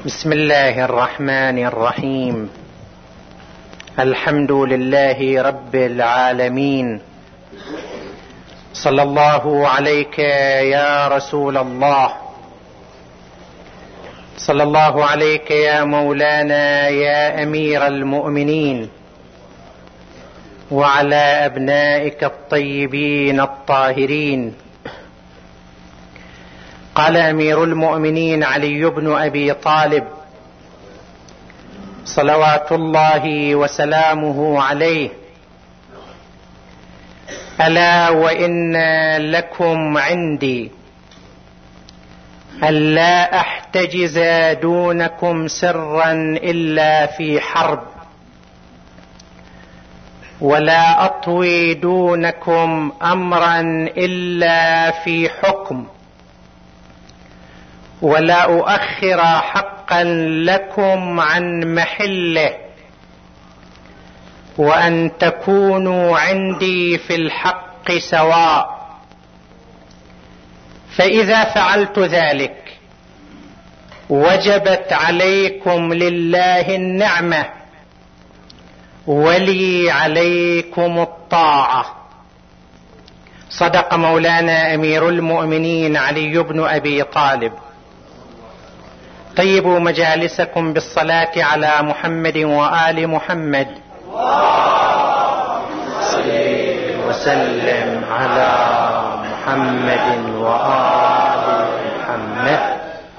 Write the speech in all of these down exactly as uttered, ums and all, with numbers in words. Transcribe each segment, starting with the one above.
بسم الله الرحمن الرحيم. الحمد لله رب العالمين. صلى الله عليك يا رسول الله، صلى الله عليك يا مولانا يا أمير المؤمنين، وعلى أبنائك الطيبين الطاهرين. قال أمير المؤمنين علي بن أبي طالب صلوات الله وسلامه عليه: ألا وإن لكم عندي ألا أحتجز دونكم سرا إلا في حرب، ولا أطوي دونكم أمرا إلا في حكم، ولا أؤخر حقا لكم عن محله، وأن تكونوا عندي في الحق سواء. فإذا فعلت ذلك وجبت عليكم لله النعمة ولي عليكم الطاعة. صدق مولانا أمير المؤمنين علي بن أبي طالب. طيبوا مجالسكم بالصلاة على محمد وآل محمد. صل وسلم على محمد وآل محمد.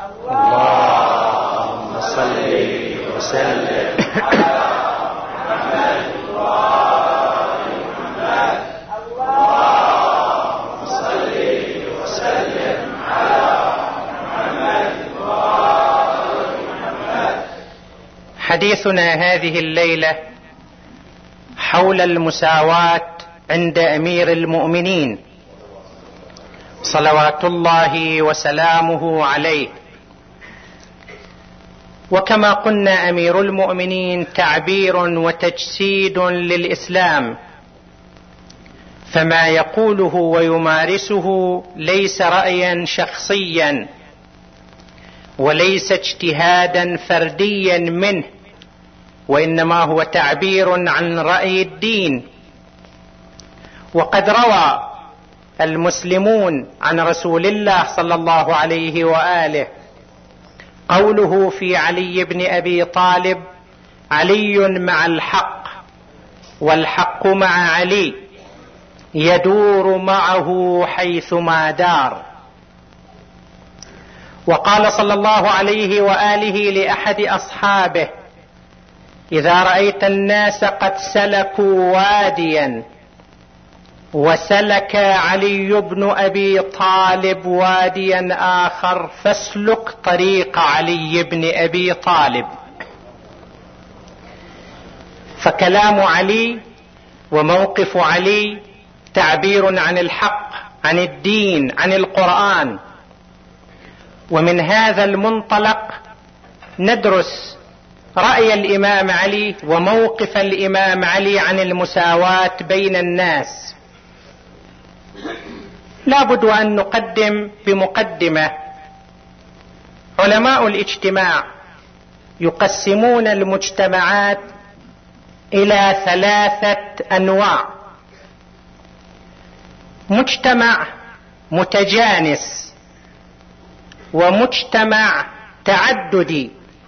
اللهم صل وسلم على محمد وآل محمد. اللهم صل وسلم على محمد. حديثنا هذه الليلة حول المساواة عند أمير المؤمنين صلوات الله وسلامه عليه. وكما قلنا، أمير المؤمنين تعبير وتجسيد للإسلام، فما يقوله ويمارسه ليس رأيا شخصيا وليس اجتهادا فرديا منه، وإنما هو تعبير عن رأي الدين. وقد روى المسلمون عن رسول الله صلى الله عليه وآله قوله في علي بن أبي طالب: علي مع الحق والحق مع علي، يدور معه حيثما دار. وقال صلى الله عليه وآله لأحد أصحابه: إذا رأيت الناس قد سلكوا واديا وسلك علي بن أبي طالب واديا آخر فاسلك طريق علي بن أبي طالب. فكلام علي وموقف علي تعبير عن الحق، عن الدين، عن القرآن. ومن هذا المنطلق ندرس رأي الإمام علي وموقف الإمام علي عن المساواة بين الناس. لا بد أن نقدم بمقدمة. علماء الاجتماع يقسمون المجتمعات إلى ثلاثة أنواع: مجتمع متجانس، ومجتمع تعددي،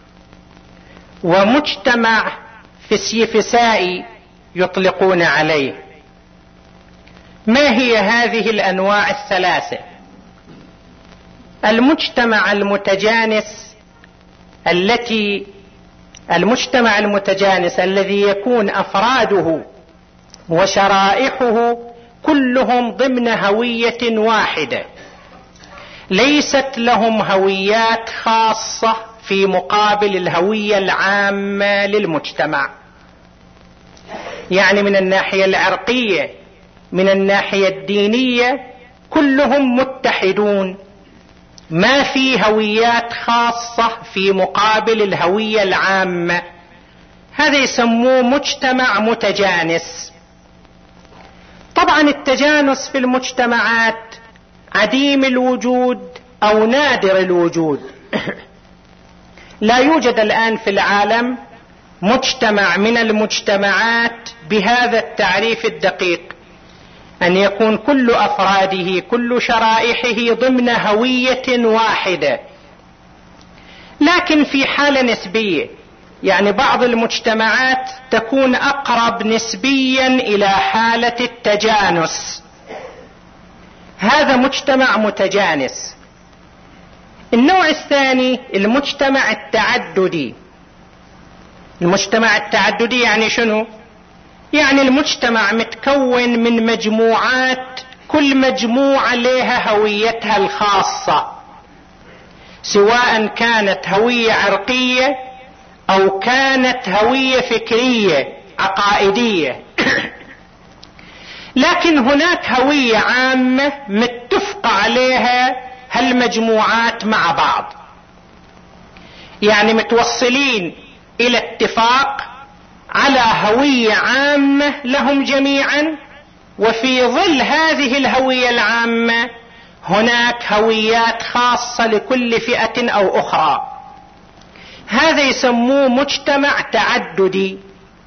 ومجتمع فسيفسائي يطلقون عليه. ما هي هذه الأنواع الثلاثة؟ المجتمع المتجانس التي المجتمع المتجانس الذي يكون أفراده وشرائحه كلهم ضمن هوية واحدة، ليست لهم هويات خاصة في مقابل الهوية العامة للمجتمع. يعني من الناحية العرقية، من الناحية الدينية، كلهم متحدون، ما في هويات خاصة في مقابل الهوية العامة. هذا يسموه مجتمع متجانس. طبعا التجانس في المجتمعات عديم الوجود أو نادر الوجود. لا يوجد الآن في العالم مجتمع من المجتمعات بهذا التعريف الدقيق، أن يكون كل أفراده كل شرائحه ضمن هوية واحدة، لكن في حالة نسبية. يعني بعض المجتمعات تكون أقرب نسبيا إلى حالة التجانس، هذا مجتمع متجانس. النوع الثاني المجتمع التعددي. المجتمع التعددي يعني شنو؟ يعني المجتمع متكون من مجموعات، كل مجموعة لها هويتها الخاصة، سواء كانت هوية عرقية أو كانت هوية فكرية عقائدية. لكن هناك هوية عامة متفق عليها هالمجموعات مع بعض، يعني متوصلين إلى اتفاق على هوية عامة لهم جميعا، وفي ظل هذه الهوية العامة هناك هويات خاصة لكل فئة أو أخرى. هذا يسموه مجتمع تعددي.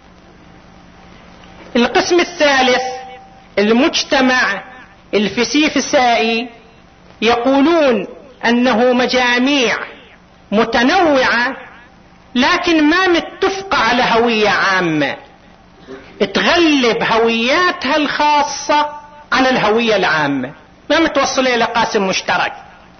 القسم الثالث المجتمع الفسيفسائي، يقولون أنه مجاميع متنوعة لكن ما متفقة على هوية عامة، تغلب هوياتها الخاصة على الهوية العامة، ما متوصلة إلى قاسم مشترك.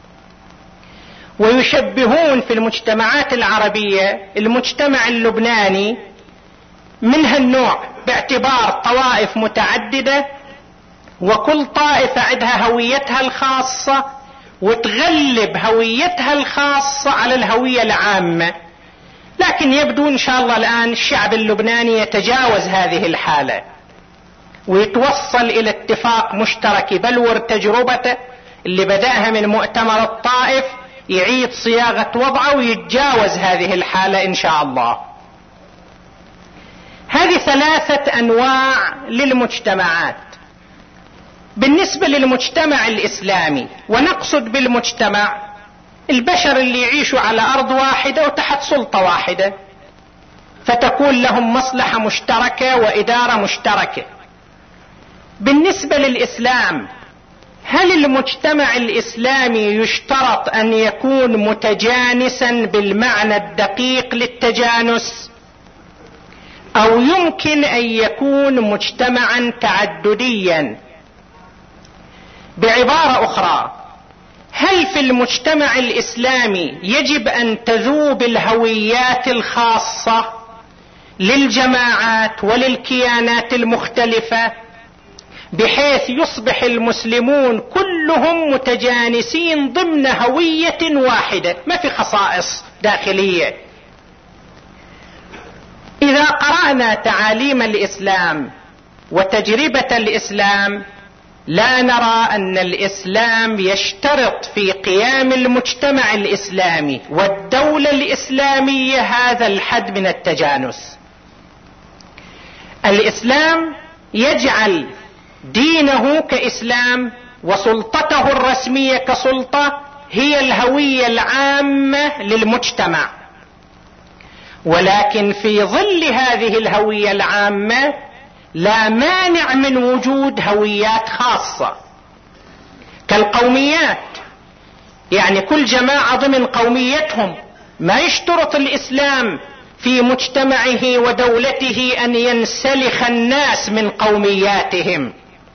ويشبهون في المجتمعات العربية المجتمع اللبناني من هالنوع، باعتبار طوائف متعددة وكل طائفة عندها هويتها الخاصة وتغلب هويتها الخاصة على الهوية العامة. لكن يبدو إن شاء الله الآن الشعب اللبناني يتجاوز هذه الحالة ويتوصل إلى اتفاق مشترك، بلور تجربته اللي بدأها من مؤتمر الطائف يعيد صياغة وضعه ويتجاوز هذه الحالة إن شاء الله. هذه ثلاثة أنواع للمجتمعات. بالنسبة للمجتمع الإسلامي، ونقصد بالمجتمع البشر اللي يعيشوا على أرض واحدة وتحت سلطة واحدة، فتكون لهم مصلحة مشتركة وإدارة مشتركة. بالنسبة للإسلام، هل المجتمع الإسلامي يشترط أن يكون متجانسا بالمعنى الدقيق للتجانس، أو يمكن أن يكون مجتمعا تعدديا؟ بعبارة أخرى، هل في المجتمع الإسلامي يجب أن تذوب الهويات الخاصة للجماعات وللكيانات المختلفة بحيث يصبح المسلمون كلهم متجانسين ضمن هوية واحدة، ما في خصائص داخلية؟ إذا قرأنا تعاليم الإسلام وتجربة الإسلام لا نرى أن الإسلام يشترط في قيام المجتمع الإسلامي والدولة الإسلامية هذا الحد من التجانس. الإسلام يجعل دينه كإسلام وسلطته الرسمية كسلطة هي الهوية العامة للمجتمع، ولكن في ظل هذه الهوية العامة لا مانع من وجود هويات خاصة كالقوميات، يعني كل جماعة ضمن قوميتهم. ما يشترط الإسلام في مجتمعه ودولته أن ينسلخ الناس من قومياتهم،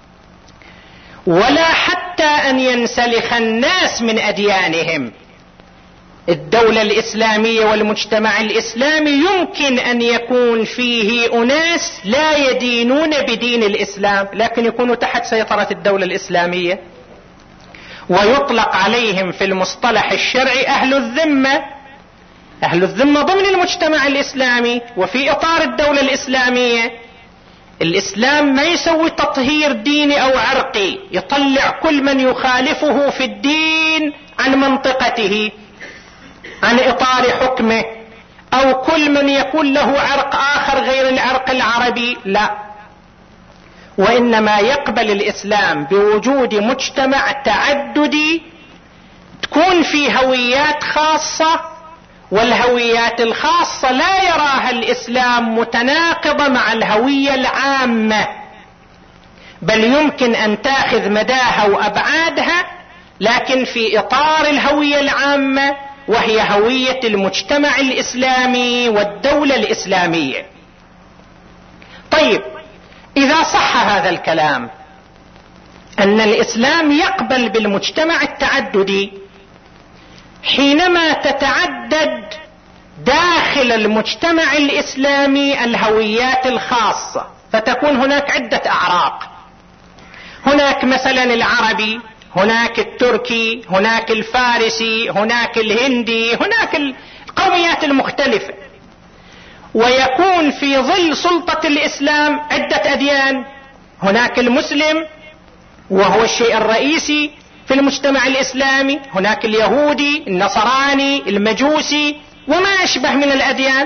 ولا حتى أن ينسلخ الناس من أديانهم. الدولة الإسلامية والمجتمع الإسلامي يمكن أن يكون فيه أناس لا يدينون بدين الإسلام لكن يكونوا تحت سيطرة الدولة الإسلامية، ويطلق عليهم في المصطلح الشرعي أهل الذمة. أهل الذمة ضمن المجتمع الإسلامي وفي إطار الدولة الإسلامية. الإسلام ما يسوي تطهير ديني أو عرقي يطلع كل من يخالفه في الدين عن منطقته، عن إطار حكمه، أو كل من يكون له عرق آخر غير العرق العربي، لا. وإنما يقبل الإسلام بوجود مجتمع تعددي تكون في هويات خاصة والهويات الخاصة لا يراها الإسلام متناقضة مع الهوية العامة، بل يمكن أن تأخذ مداها وأبعادها، لكن في إطار الهوية العامة، وهي هوية المجتمع الإسلامي والدولة الإسلامية. طيب، إذا صح هذا الكلام أن الإسلام يقبل بالمجتمع التعددي، حينما تتعدد داخل المجتمع الإسلامي الهويات الخاصة، فتكون هناك عدة أعراق، هناك مثلا العربي، هناك التركي، هناك الفارسي، هناك الهندي، هناك القوميات المختلفة، ويكون في ظل سلطة الإسلام عدة أديان. هناك المسلم وهو الشيء الرئيسي في المجتمع الإسلامي، هناك اليهودي، النصراني، المجوسي، وما أشبه من الأديان.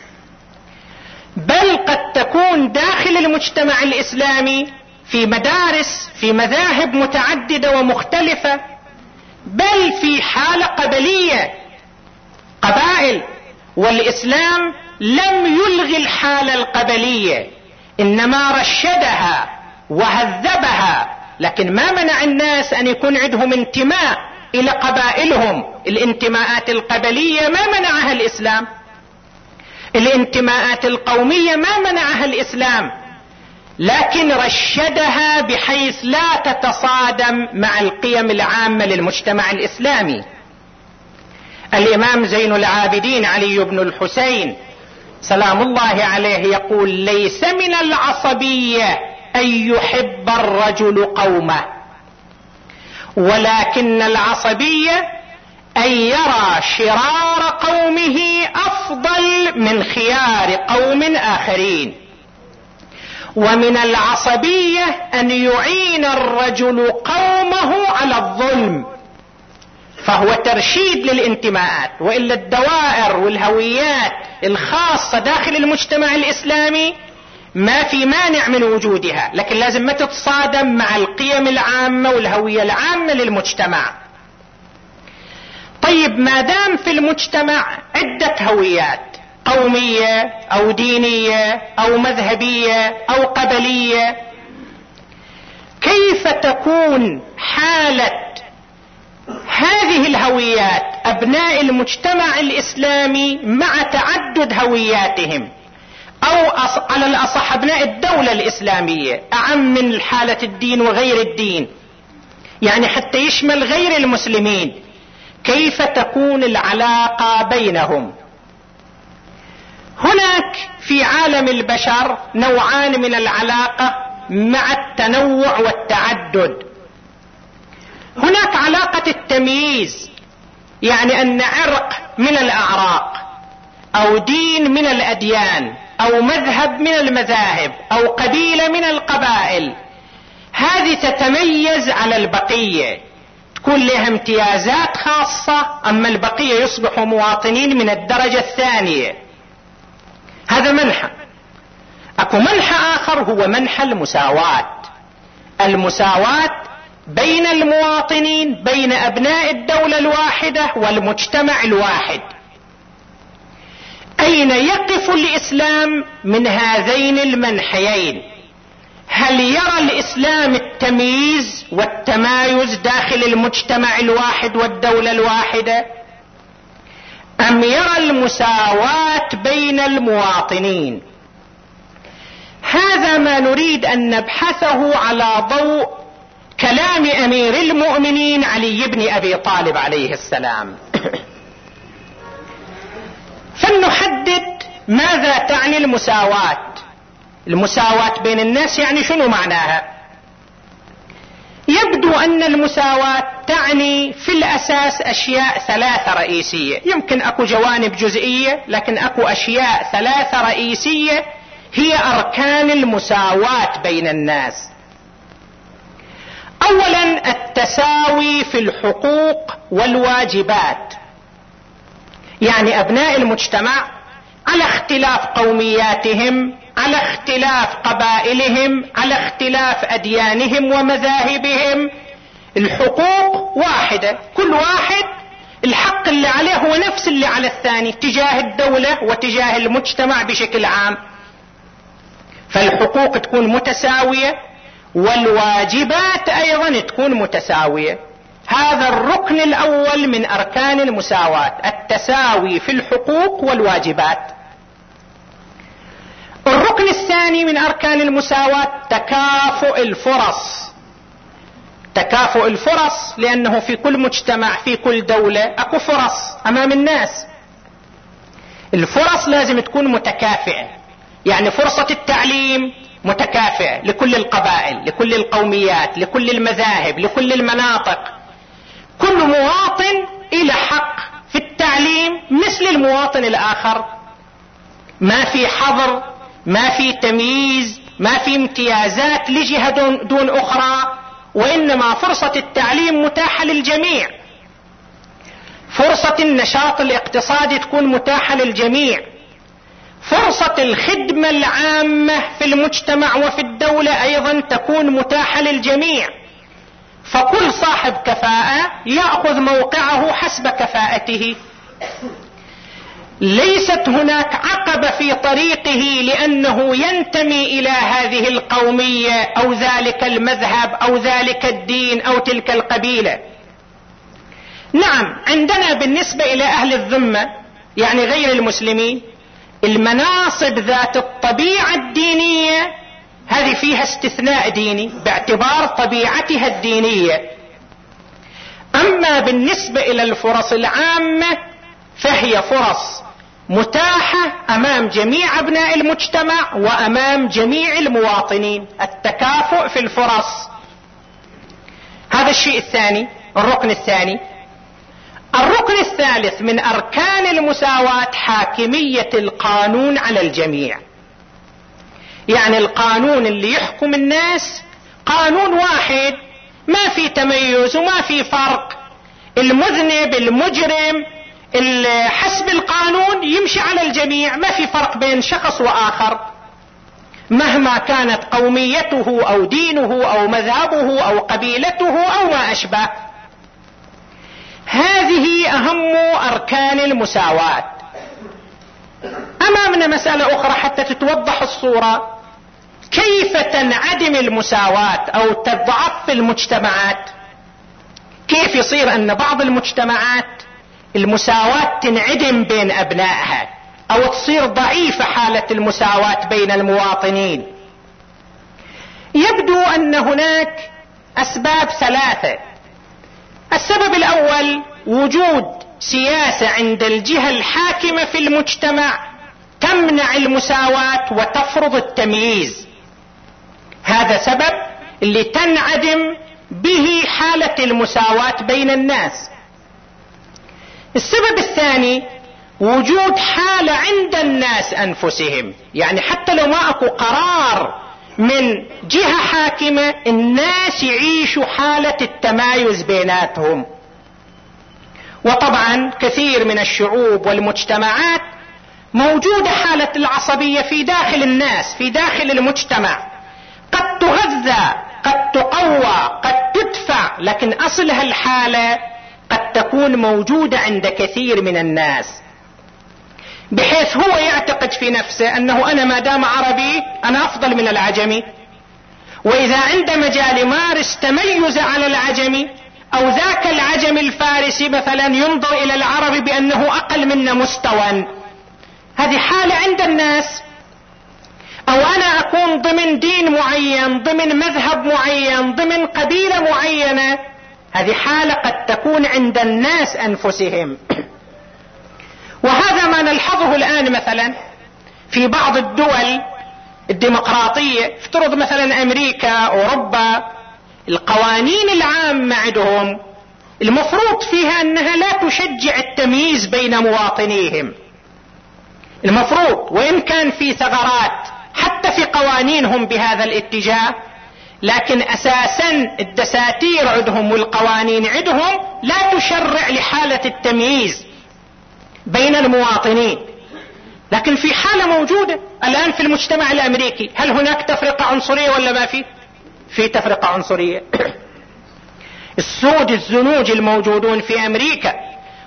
بل قد تكون داخل المجتمع الإسلامي في مدارس، في مذاهب متعددة ومختلفة، بل في حالة قبلية، قبائل. والإسلام لم يلغي الحالة القبلية، إنما رشدها وهذبها، لكن ما منع الناس أن يكون عندهم انتماء إلى قبائلهم. الانتماءات القبلية ما منعها الإسلام، الانتماءات القومية ما منعها الإسلام، لكن رشدها بحيث لا تتصادم مع القيم العامة للمجتمع الإسلامي. الإمام زين العابدين علي بن الحسين سلام الله عليه يقول: ليس من العصبية أن يحب الرجل قومه، ولكن العصبية أن يرى شرار قومه أفضل من خيار قوم آخرين. ومن العصبية أن يعين الرجل قومه على الظلم، فهو ترشيد للانتماءات. وإلا الدوائر والهويات الخاصة داخل المجتمع الإسلامي ما في مانع من وجودها، لكن لازم ما تتصادم مع القيم العامة والهوية العامة للمجتمع. طيب، ما دام في المجتمع عدة هويات، قومية أو دينية أو مذهبية أو قبلية، كيف تكون حالة هذه الهويات أبناء المجتمع الإسلامي مع تعدد هوياتهم، أو على الأصح أبناء الدولة الإسلامية، أعم من حالة الدين وغير الدين، يعني حتى يشمل غير المسلمين، كيف تكون العلاقة بينهم؟ هناك في عالم البشر نوعان من العلاقة مع التنوع والتعدد. هناك علاقة التمييز، يعني أن عرق من الأعراق، أو دين من الأديان، أو مذهب من المذاهب، أو قبيلة من القبائل، هذه تتميز على البقية، تكون لها امتيازات خاصة، أما البقية يصبحوا مواطنين من الدرجة الثانية. هذا منحى. أكو منحى آخر هو منحى المساواة، المساواة بين المواطنين، بين أبناء الدولة الواحدة والمجتمع الواحد. أين يقف الإسلام من هذين المنحيين؟ هل يرى الإسلام التمييز والتمايز داخل المجتمع الواحد والدولة الواحدة، أم يرى المساواة بين المواطنين؟ هذا ما نريد أن نبحثه على ضوء كلام أمير المؤمنين علي بن أبي طالب عليه السلام. فلنحدد ماذا تعني المساواة. المساواة بين الناس يعني شنو معناها؟ يبدو أن المساواة تعني في الأساس أشياء ثلاثة رئيسية، يمكن أكو جوانب جزئية، لكن أكو أشياء ثلاثة رئيسية هي أركان المساواة بين الناس. أولا، التساوي في الحقوق والواجبات، يعني أبناء المجتمع على اختلاف قومياتهم، على اختلاف قبائلهم، على اختلاف أديانهم ومذاهبهم، الحقوق واحدة، كل واحد الحق اللي عليه هو نفس اللي على الثاني تجاه الدولة وتجاه المجتمع بشكل عام. فالحقوق تكون متساوية والواجبات ايضا تكون متساوية. هذا الركن الاول من اركان المساواة، التساوي في الحقوق والواجبات. الركن الثاني من اركان المساواة تكافؤ الفرص. تكافؤ الفرص لانه في كل مجتمع في كل دولة اكو فرص امام الناس. الفرص لازم تكون متكافئة، يعني فرصة التعليم متكافئة لكل القبائل، لكل القوميات، لكل المذاهب، لكل المناطق. كل مواطن له حق في التعليم مثل المواطن الاخر، ما في حظر، ما في تمييز، ما في امتيازات لجهة دون, دون اخرى، وانما فرصة التعليم متاحة للجميع. فرصة النشاط الاقتصادي تكون متاحة للجميع. فرصة الخدمة العامة في المجتمع وفي الدولة ايضا تكون متاحة للجميع. فكل صاحب كفاءة يأخذ موقعه حسب كفاءته. ليست هناك عقبة في طريقه لأنه ينتمي إلى هذه القومية أو ذلك المذهب أو ذلك الدين أو تلك القبيلة. نعم، عندنا بالنسبة إلى أهل الذمة يعني غير المسلمين المناصب ذات الطبيعة الدينية هذه فيها استثناء ديني باعتبار طبيعتها الدينية. أما بالنسبة إلى الفرص العامة فهي فرص متاحة أمام جميع أبناء المجتمع وأمام جميع المواطنين، التكافؤ في الفرص. هذا الشيء الثاني، الركن الثاني. الركن الثالث من أركان المساواة حاكمية القانون على الجميع. يعني القانون اللي يحكم الناس قانون واحد، ما في تميز وما في فرق. المذنب المجرم حسب القانون يمشي على الجميع، ما في فرق بين شخص وآخر مهما كانت قوميته أو دينه أو مذهبه أو قبيلته أو ما أشبه. هذه أهم أركان المساواة. أمامنا مسألة أخرى حتى تتوضح الصورة، كيف تنعدم المساواة أو تضعف في المجتمعات. كيف يصير أن بعض المجتمعات المساواة تنعدم بين أبنائها أو تصير ضعيفة حالة المساواة بين المواطنين؟ يبدو أن هناك أسباب ثلاثة. السبب الأول وجود سياسة عند الجهة الحاكمة في المجتمع تمنع المساواة وتفرض التمييز. هذا سبب اللي تنعدم به حالة المساواة بين الناس. السبب الثاني وجود حالة عند الناس أنفسهم، يعني حتى لو ما أكو قرار من جهة حاكمة الناس يعيشوا حالة التمايز بيناتهم. وطبعا كثير من الشعوب والمجتمعات موجودة حالة العصبية في داخل الناس في داخل المجتمع، قد تغذى قد تقوى قد تدفع، لكن أصلها الحالة قد تكون موجودة عند كثير من الناس، بحيث هو يعتقد في نفسه أنه أنا ما دام عربي أنا أفضل من العجمي، وإذا عند مجال يمارس تميز على العجمي أو ذاك العجم الفارسي مثلا ينظر إلى العربي بأنه أقل منا مستوى. هذه حالة عند الناس. أو أنا أكون ضمن دين معين، ضمن مذهب معين، ضمن قبيلة معينة، هذه حالة قد تكون عند الناس أنفسهم. وهذا ما نلحظه الآن مثلا في بعض الدول الديمقراطية، افترض مثلا أمريكا أوروبا، القوانين العامة عندهم المفروض فيها أنها لا تشجع التمييز بين مواطنيهم، المفروض، وإن كان في ثغرات حتى في قوانينهم بهذا الاتجاه، لكن أساسا الدساتير عندهم والقوانين عندهم لا تشرع لحالة التمييز بين المواطنين. لكن في حالة موجودة الآن في المجتمع الأمريكي، هل هناك تفرقة عنصرية ولا ما في؟ في تفرقة عنصرية. السود الزنوج الموجودون في أمريكا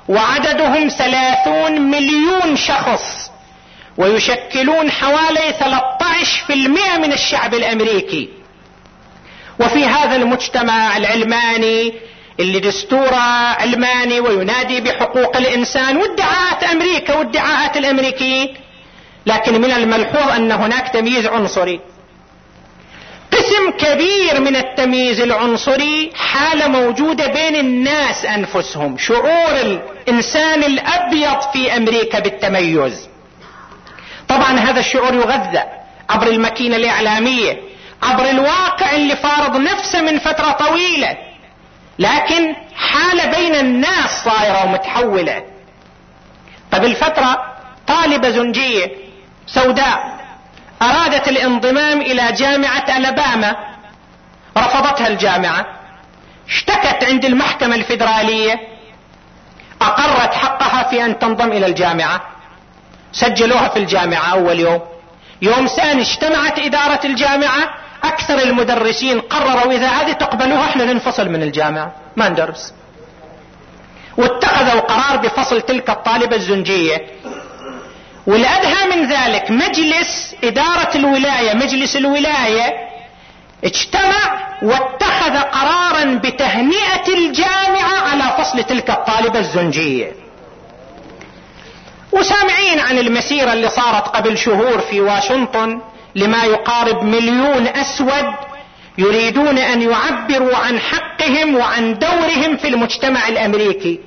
وعددهم ثلاثون مليون شخص، ويشكلون حوالي ثلاثة عشر بالمئة من الشعب الامريكي. وفي هذا المجتمع العلماني اللي دستوره علماني وينادي بحقوق الانسان وادعاءات امريكا وادعاءات الامريكيين، لكن من الملحوظ ان هناك تمييز عنصري. قسم كبير من التمييز العنصري حالة موجودة بين الناس انفسهم، شعور الانسان الابيض في امريكا بالتميز. طبعا هذا الشعور يغذى عبر الماكينة الاعلامية، عبر الواقع اللي فارض نفسه من فترة طويلة، لكن حالة بين الناس صايرة ومتحولة. قبل فترة طالبة زنجية سوداء ارادت الانضمام الى جامعة الاباما، رفضتها الجامعة، اشتكت عند المحكمة الفيدرالية، اقرت حقها في ان تنضم الى الجامعة، سجلوها في الجامعة اول يوم. يوم ثاني اجتمعت ادارة الجامعة، اكثر المدرسين قرروا اذا هذه تقبلوها احنا ننفصل من الجامعة ما ندرس، واتخذوا قرار بفصل تلك الطالبة الزنجية. والأدهى من ذلك مجلس إدارة الولاية، مجلس الولاية اجتمع واتخذ قرارا بتهنئة الجامعة على فصل تلك الطالبة الزنجية. وسامعين عن المسيرة اللي صارت قبل شهور في واشنطن لما يقارب مليون أسود يريدون أن يعبروا عن حقهم وعن دورهم في المجتمع الأمريكي.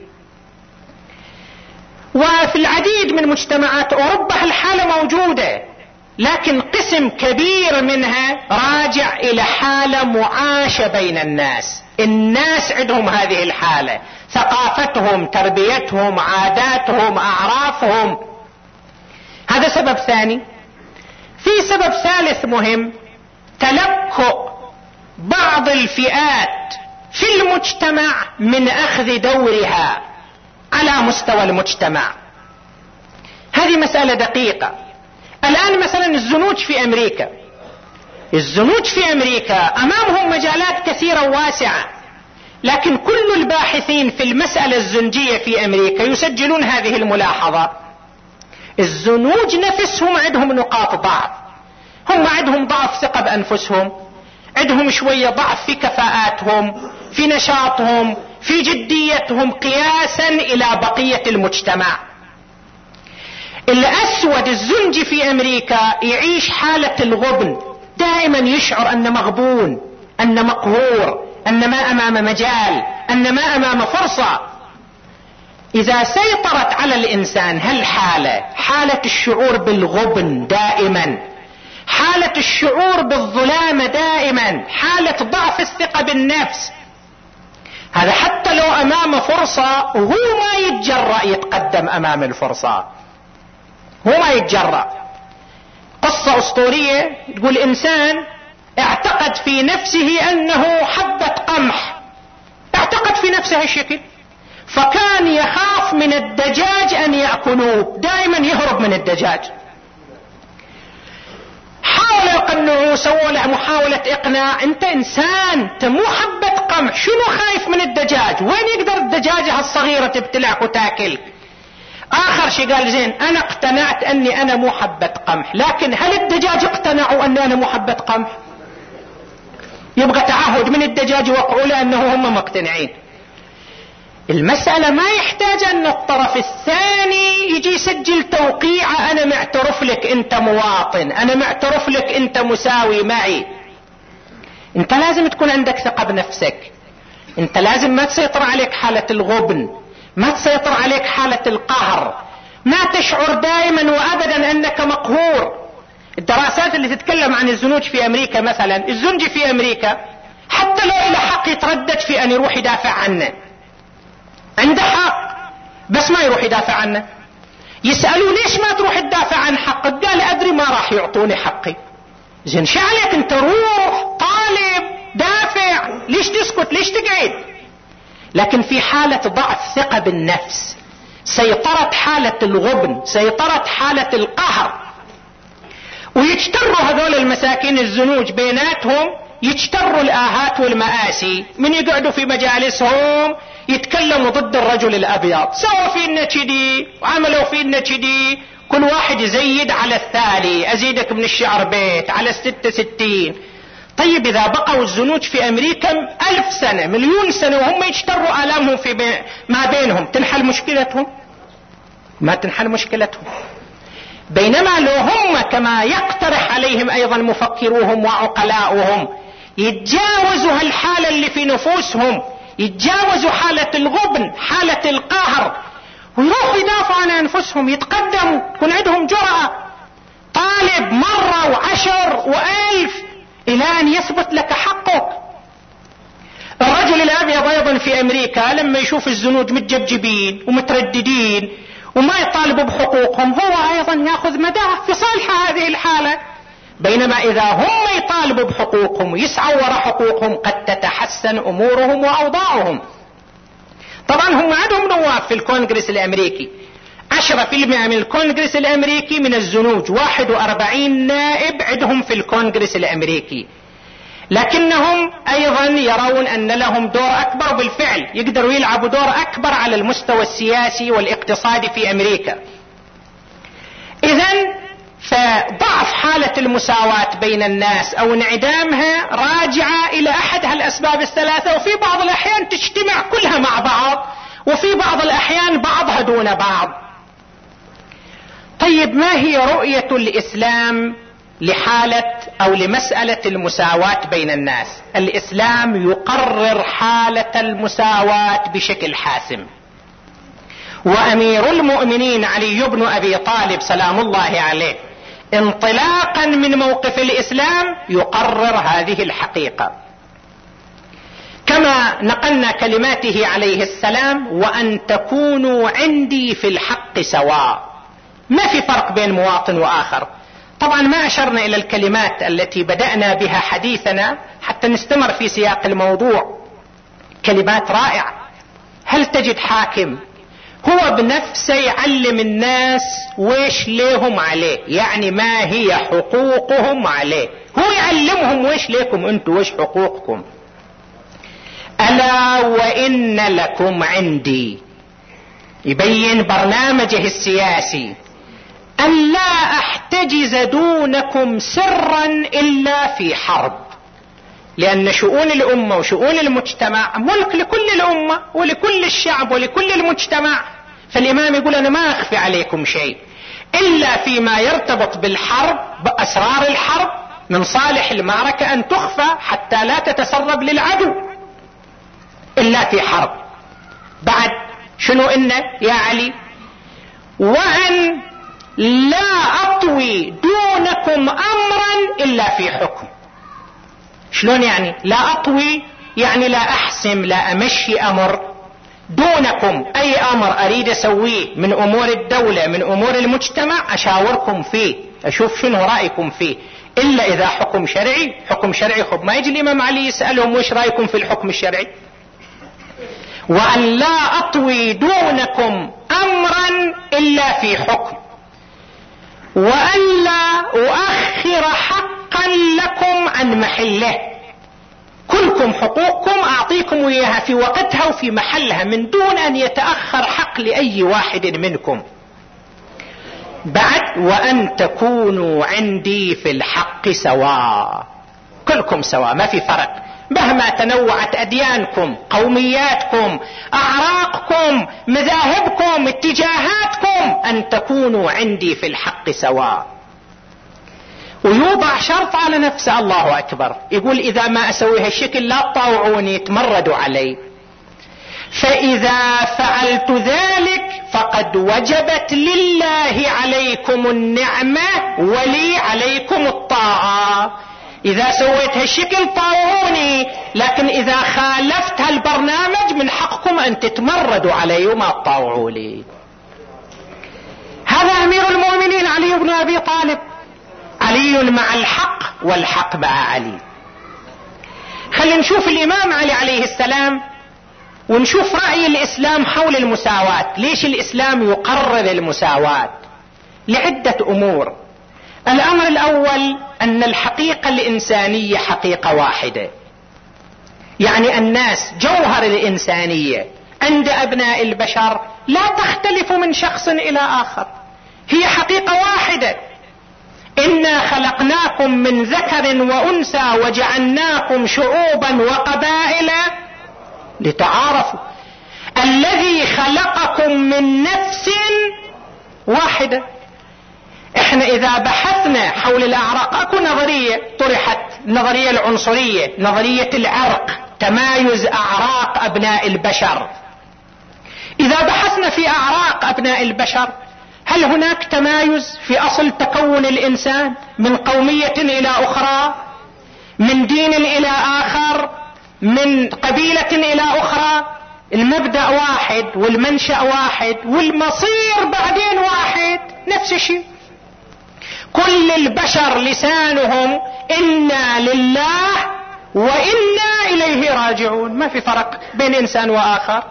وفي العديد من مجتمعات أوروبا الحالة موجودة، لكن قسم كبير منها راجع إلى حالة معاشة بين الناس. الناس عندهم هذه الحالة، ثقافتهم، تربيتهم، عاداتهم، أعرافهم. هذا سبب ثاني. في سبب ثالث مهم، تلكؤ بعض الفئات في المجتمع من أخذ دورها على مستوى المجتمع. هذه مسألة دقيقة. الآن مثلا الزنوج في أمريكا، الزنوج في أمريكا أمامهم مجالات كثيرة واسعة، لكن كل الباحثين في المسألة الزنجية في أمريكا يسجلون هذه الملاحظة: الزنوج نفسهم عندهم نقاط ضعف، هم عندهم ضعف ثقة بأنفسهم، عندهم شوية ضعف في كفاءاتهم، في نشاطهم، في جديتهم قياسا إلى بقية المجتمع. الأسود الزنجي في أمريكا يعيش حالة الغبن، دائما يشعر أنه مغبون، أنه مقهور، أن ما أمام مجال، أن ما أمام فرصة. إذا سيطرت على الإنسان هالحالة، حالة الشعور بالغبن دائما، حالة الشعور بالظلامة دائما، حالة ضعف الثقة بالنفس، هذا حتى لو أمام فرصة هو ما يتجرأ يتقدم أمام الفرصة، هو ما يتجرأ. قصة أسطورية تقول إنسان اعتقد في نفسه أنه حبة قمح، اعتقد في نفسه الشكل، فكان يخاف من الدجاج أن يأكلوه، دائما يهرب من الدجاج. حاولوا يقنعوه، سووا له محاولة إقناع: أنت إنسان، أنت مو حبة قمح، شنو خايف من الدجاج؟ وين يقدر الدجاجة الصغيرة تبتلعك وتاكلك؟ آخر شيء قال: زين أنا اقتنعت أني أنا مو حبة قمح، لكن هل الدجاج اقتنعوا أني أنا مو حبة قمح؟ يبغى تعهد من الدجاج يوقعوا له أنه هم مقتنعين. المسألة ما يحتاج أن الطرف الثاني يجي يسجل توقيعة: أنا معترف لك أنت مواطن، أنا معترف لك أنت مساوي معي. أنت لازم تكون عندك ثقة بنفسك، أنت لازم ما تسيطر عليك حالة الغبن، ما تسيطر عليك حالة القهر، ما تشعر دائما وأبدا أنك مقهور. الدراسات اللي تتكلم عن الزنوج في أمريكا مثلا، الزنجي في أمريكا حتى لو إلى حق يتردد في أن يروح يدافع عنه، عنده حق بس ما يروح يدافع عنه. يسألوا: ليش ما تروح تدافع عن حقك؟ قال: أدري ما راح يعطوني حقي. زين شو عليك انت؟ روح طالب، دافع، ليش تسكت؟ ليش تقعد؟ لكن في حالة ضعف ثقة بالنفس، سيطرت حالة الغبن، سيطرت حالة القهر، ويجتروا هذول المساكين الزنوج بيناتهم، يجتروا الآهات والمآسي من يقعدوا في مجالسهم يتكلموا ضد الرجل الابيض، سووا فينا كذي وعملوا فينا كذي، كل واحد يزيد على الثاني، ازيدك من الشعر بيت على الستة ستين. طيب اذا بقوا الزنوج في امريكا الف سنة مليون سنة وهم يجتروا الامهم في بي... ما بينهم، تنحل مشكلتهم؟ ما تنحل مشكلتهم. بينما لو هم كما يقترح عليهم ايضا مفكروهم وعقلاؤهم يتجاوزوا هالحالة اللي في نفوسهم، يتجاوزوا حالة الغبن، حالة القهر، ويروحوا يدافعوا عن انفسهم، يتقدموا، يكون عندهم جرأة. طالب مرة وعشر والف الى ان يثبت لك حقك. الرجل الابيض ايضا في امريكا لما يشوف الزنوج متجبجبين ومترددين وما يطالبوا بحقوقهم، هو ايضا ياخذ مداه في صالح هذه الحالة. بينما اذا هم يطالبوا بحقوقهم ويسعوا وراء حقوقهم قد تتحسن امورهم واوضاعهم. طبعا هم عندهم نواب في الكونغرس الامريكي، عشرة في المئة من الكونغرس الامريكي من الزنوج، واحد واربعين نائب عندهم في الكونغرس الامريكي، لكنهم ايضا يرون ان لهم دور اكبر، بالفعل يقدروا يلعبوا دور اكبر على المستوى السياسي والاقتصادي في امريكا. اذن فضعف حالة المساواة بين الناس او انعدامها راجعة الى احد هالاسباب الثلاثة، وفي بعض الاحيان تجتمع كلها مع بعض، وفي بعض الاحيان بعضها دون بعض. طيب ما هي رؤية الاسلام لحالة او لمسألة المساواة بين الناس؟ الاسلام يقرر حالة المساواة بشكل حاسم، وامير المؤمنين علي بن ابي طالب سلام الله عليه انطلاقا من موقف الاسلام يقرر هذه الحقيقة، كما نقلنا كلماته عليه السلام: وان تكونوا عندي في الحق سواء. ما في فرق بين مواطن واخر. طبعا ما اشرنا الى الكلمات التي بدأنا بها حديثنا حتى نستمر في سياق الموضوع، كلمات رائعة. هل تجد حاكم هو بنفسه يعلم الناس ويش ليهم عليه، يعني ما هي حقوقهم عليه، هو يعلمهم ويش ليكم انتم ويش حقوقكم. ألا وإن لكم عندي، يبين برنامجه السياسي: أن لا أحتجز دونكم سرا إلا في حرب. لأن شؤون الأمة وشؤون المجتمع ملك لكل الأمة ولكل الشعب ولكل المجتمع، فالإمام يقول: أنا ما أخفي عليكم شيء إلا فيما يرتبط بالحرب، بأسرار الحرب، من صالح المعركة أن تخفى حتى لا تتسرب للعدو إلا في حرب. بعد شنو إن يا علي؟ وأن لا أطوي دونكم أمرا إلا في حكم. شلون يعني لا أطوي؟ يعني لا أحسم، لا أمشي أمر دونكم، أي أمر أريد أسويه من أمور الدولة من أمور المجتمع أشاوركم فيه، أشوف شنو رأيكم فيه، إلا إذا حكم شرعي. حكم شرعي خب ما يجي الإمام علي يسألهم وش رأيكم في الحكم الشرعي. وأن لا أطوي دونكم أمرا إلا في حكم، وأن لا أؤخر حقا لكم عن محله. كلكم حقوقكم أعطيكم إياها في وقتها وفي محلها من دون أن يتأخر حق لأي واحد منكم. بعد: وأن تكونوا عندي في الحق سواء، كلكم سواء ما في فرق، مهما تنوعت أديانكم، قومياتكم، أعراقكم، مذاهبكم، اتجاهاتكم، أن تكونوا عندي في الحق سواء. ويوضع شرط على نفسه، الله أكبر، يقول: إذا ما أسوي هالشكل لا تطاوعوني، تمردوا علي. فإذا فعلت ذلك فقد وجبت لله عليكم النعمة ولي عليكم الطاعة. إذا سويت هالشكل طاوعوني، لكن إذا خالفت هالبرنامج من حقكم أن تتمردوا علي وما تطاوعوا لي. هذا أمير المؤمنين علي بن أبي طالب، علي مع الحق والحق مع علي. خلينا نشوف الإمام علي عليه السلام ونشوف رأي الإسلام حول المساواة. ليش الإسلام يقرر المساواة؟ لعدة أمور. الأمر الأول أن الحقيقة الإنسانية حقيقة واحدة، يعني الناس جوهر الإنسانية عند أبناء البشر لا تختلف من شخص إلى آخر، هي حقيقة واحدة: إنا خلقناكم من ذكر وأنثى وجعلناكم شعوبا وقبائل لتعارفوا. الذي خلقكم من نفس واحدة. احنا اذا بحثنا حول الاعراق، اكو نظرية طرحت، النظرية العنصرية، نظرية العرق، تمايز اعراق ابناء البشر. اذا بحثنا في اعراق ابناء البشر، هل هناك تمايز في اصل تكون الانسان من قومية الى اخرى، من دين الى اخر، من قبيلة الى اخرى؟ المبدأ واحد والمنشأ واحد والمصير بعدين واحد، نفس الشيء. كل البشر لسانهم إنا لله وإنا إليه راجعون، ما في فرق بين إنسان وآخر.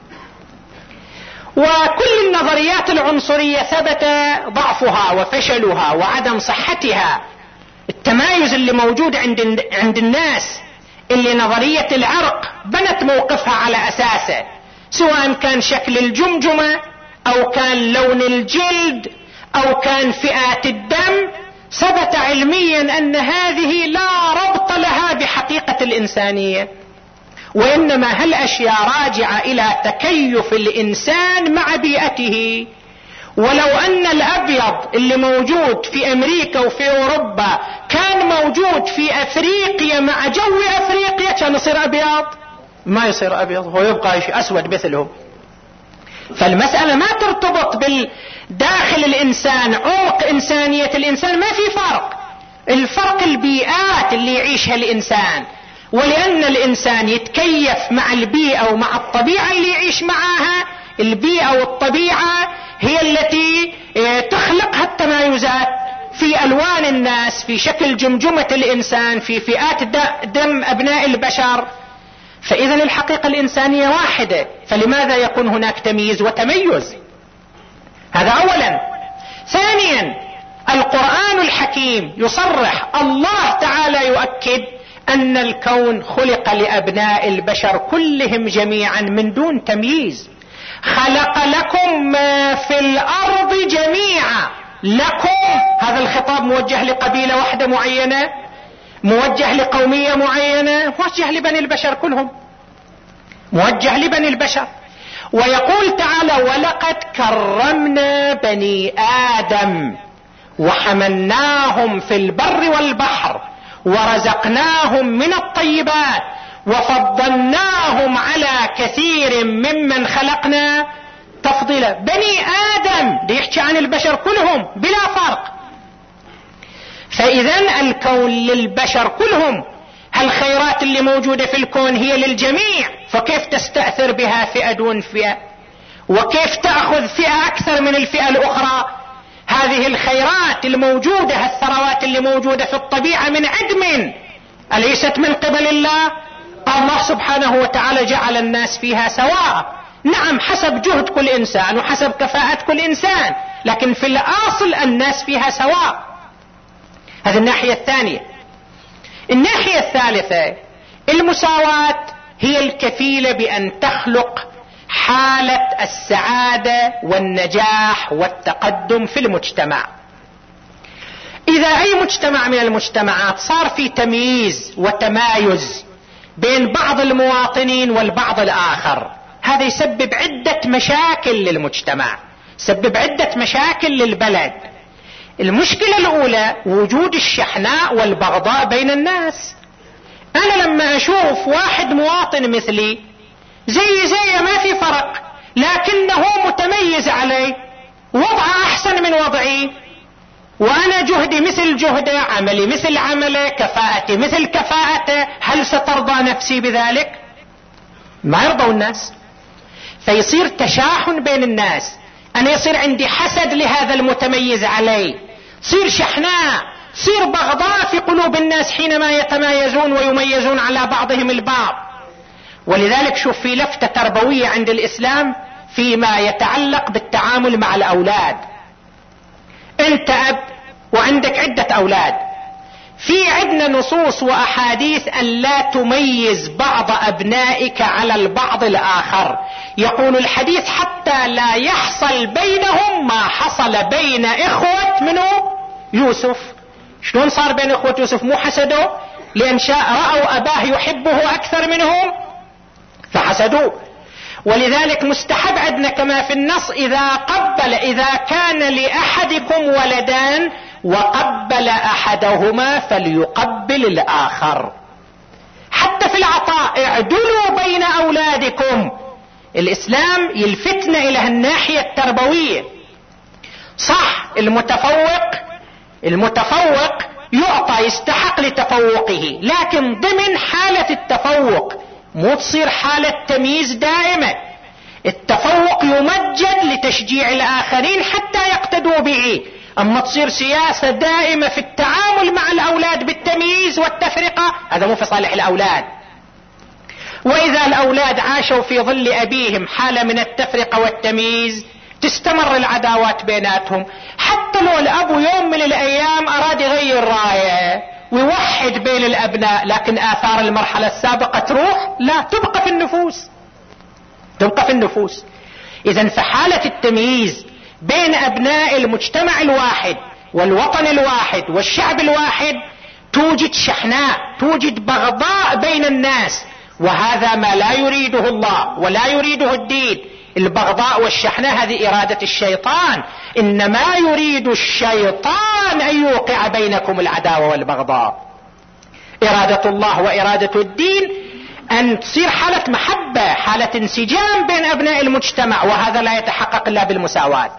وكل النظريات العنصرية ثبت ضعفها وفشلها وعدم صحتها. التمايز اللي موجود عند عند الناس، اللي نظرية العرق بنت موقفها على أساسه، سواء كان شكل الجمجمة أو كان لون الجلد أو كان فئات الدم، ثبت علميا أن هذه لا ربط لها بحقيقة الإنسانية، وإنما هالأشياء راجعة إلى تكيف الإنسان مع بيئته. ولو أن الأبيض اللي موجود في أمريكا وفي أوروبا كان موجود في أفريقيا مع جو أفريقيا، كان يصير أبيض؟ ما يصير أبيض، هو يبقى أسود مثلهم. فالمسألة ما ترتبط بالداخل الإنسان، عمق إنسانية الإنسان ما في فرق. الفرق البيئات اللي يعيشها الإنسان، ولأن الإنسان يتكيف مع البيئة ومع الطبيعة اللي يعيش معها. البيئة والطبيعة هي التي تخلق هالتمايزات في ألوان الناس، في شكل جمجمة الإنسان، في فئات دم أبناء البشر. فإذا الحقيقة الإنسانية واحدة، فلماذا يكون هناك تمييز وتميز؟ هذا أولا. ثانيا، القرآن الحكيم يصرح، الله تعالى يؤكد أن الكون خلق لأبناء البشر كلهم جميعا من دون تمييز. خلق لكم ما في الأرض جميعا. لكم، هذا الخطاب موجه لقبيلة واحدة معينة، موجه لقومية معينة، موجه لبني البشر كلهم، موجه لبني البشر. ويقول تعالى: ولقد كرمنا بني آدم وحملناهم في البر والبحر ورزقناهم من الطيبات وفضلناهم على كثير ممن خلقنا تفضيلا. بني آدم دي يحكي عن البشر كلهم بلا فرق. فإذا الكون للبشر كلهم، هالخيرات اللي موجودة في الكون هي للجميع، فكيف تستأثر بها فئة دون فئة؟ وكيف تأخذ فئة أكثر من الفئة الأخرى؟ هذه الخيرات الموجودة، هالثروات اللي موجودة في الطبيعة من عدم، أليست من قبل الله؟ الله سبحانه وتعالى جعل الناس فيها سواء، نعم حسب جهد كل إنسان وحسب كفاءة كل إنسان، لكن في الأصل الناس فيها سواء. هذه الناحية الثانية. الناحية الثالثة، المساواة هي الكفيلة بأن تخلق حالة السعادة والنجاح والتقدم في المجتمع. إذا أي مجتمع من المجتمعات صار في تمييز وتمايز بين بعض المواطنين والبعض الآخر، هذا يسبب عدة مشاكل للمجتمع، يسبب عدة مشاكل للبلد. المشكلة الأولى وجود الشحناء والبغضاء بين الناس. أنا لما أشوف واحد مواطن مثلي زي زي ما في فرق، لكنه متميز علي، وضعه أحسن من وضعي، وأنا جهدي مثل جهده، عملي مثل عمله، كفاءتي مثل كفاءته، هل سترضى نفسي بذلك؟ ما يرضوا الناس. فيصير تشاحن بين الناس، أنا يصير عندي حسد لهذا المتميز علي، صير شحناء، صير بغضاء في قلوب الناس حينما يتمايزون ويميزون على بعضهم البعض. ولذلك شوف في لفتة تربوية عند الإسلام فيما يتعلق بالتعامل مع الأولاد. أنت أب وعندك عدة أولاد، في عندنا نصوص وأحاديث أن لا تميز بعض أبنائك على البعض الآخر. يقول الحديث حتى لا يحصل بينهم ما حصل بين إخوة منه يوسف. شلون صار بين إخوة يوسف؟ مو حسدوا لأن شاء رأوا أباه يحبه أكثر منهم فحسدوه. ولذلك مستحب عندنا كما في النص إذا قبل إذا كان لأحدكم ولدان وقبل أحدهما فليقبل الآخر. حتى في العطاء اعدلوا بين أولادكم. الإسلام يلفتنا إلى الناحية التربوية. صح المتفوق المتفوق يعطى يستحق لتفوقه، لكن ضمن حالة التفوق، مو تصير حالة تمييز دائمة. التفوق يمجد لتشجيع الآخرين حتى يقتدوا به، أما تصير سياسة دائمة في التعامل مع الأولاد بالتمييز والتفرقة، هذا مو في صالح الأولاد. وإذا الأولاد عاشوا في ظل أبيهم حالة من التفرقة والتمييز تستمر العداوات بيناتهم. حتى لو الأب يوم من الأيام أراد يغير راية ويوحد بين الأبناء، لكن آثار المرحلة السابقة تروح؟ لا، تبقى في النفوس تبقى في النفوس. إذن في حالة التمييز بين أبناء المجتمع الواحد والوطن الواحد والشعب الواحد توجد شحناء، توجد بغضاء بين الناس، وهذا ما لا يريده الله ولا يريده الدين. البغضاء والشحناء هذه إرادة الشيطان، إنما يريد الشيطان أن يوقع بينكم العداوة والبغضاء. إرادة الله وإرادة الدين أن تصير حالة محبة، حالة انسجام بين أبناء المجتمع، وهذا لا يتحقق إلا بالمساواة.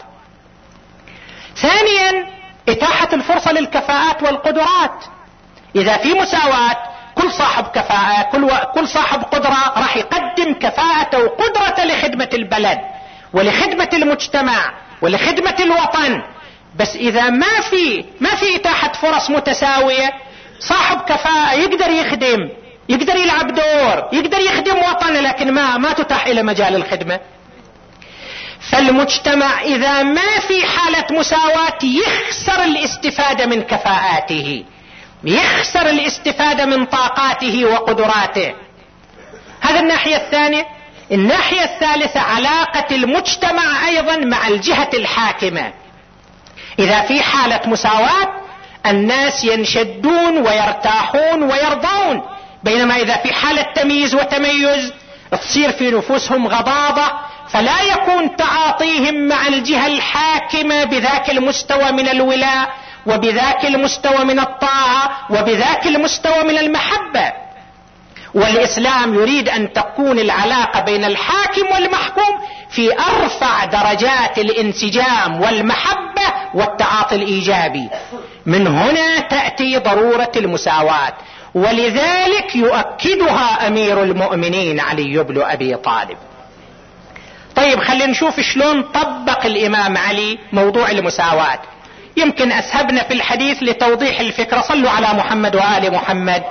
ثانيا إتاحة الفرصة للكفاءات والقدرات. إذا في مساواة كل صاحب كفاءة كل, و... كل صاحب قدرة راح يقدم كفاءته وقدرته لخدمة البلد ولخدمة المجتمع ولخدمة الوطن. بس إذا ما في ما في إتاحة فرص متساوية، صاحب كفاءة يقدر يخدم، يقدر يلعب دور، يقدر يخدم وطنه، لكن ما ما تتاح إلى مجال الخدمة. فالمجتمع إذا ما في حالة مساواة يخسر الاستفادة من كفاءاته، يخسر الاستفادة من طاقاته وقدراته. هذا الناحية الثانية. الناحية الثالثة علاقة المجتمع أيضا مع الجهة الحاكمة. إذا في حالة مساواة الناس ينشدون ويرتاحون ويرضون، بينما إذا في حالة تمييز وتميز تصير في نفوسهم غضاضة، فلا يكون تعاطيهم مع الجهة الحاكمة بذاك المستوى من الولاء وبذاك المستوى من الطاعة وبذاك المستوى من المحبة. والإسلام يريد أن تكون العلاقة بين الحاكم والمحكوم في أرفع درجات الانسجام والمحبة والتعاطي الإيجابي. من هنا تأتي ضرورة المساواة، ولذلك يؤكدها أمير المؤمنين علي بن أبي طالب. طيب خلينا نشوف شلون طبق الإمام علي موضوع المساواة. يمكن أسهبنا في الحديث لتوضيح الفكرة. صلوا على محمد وآل محمد.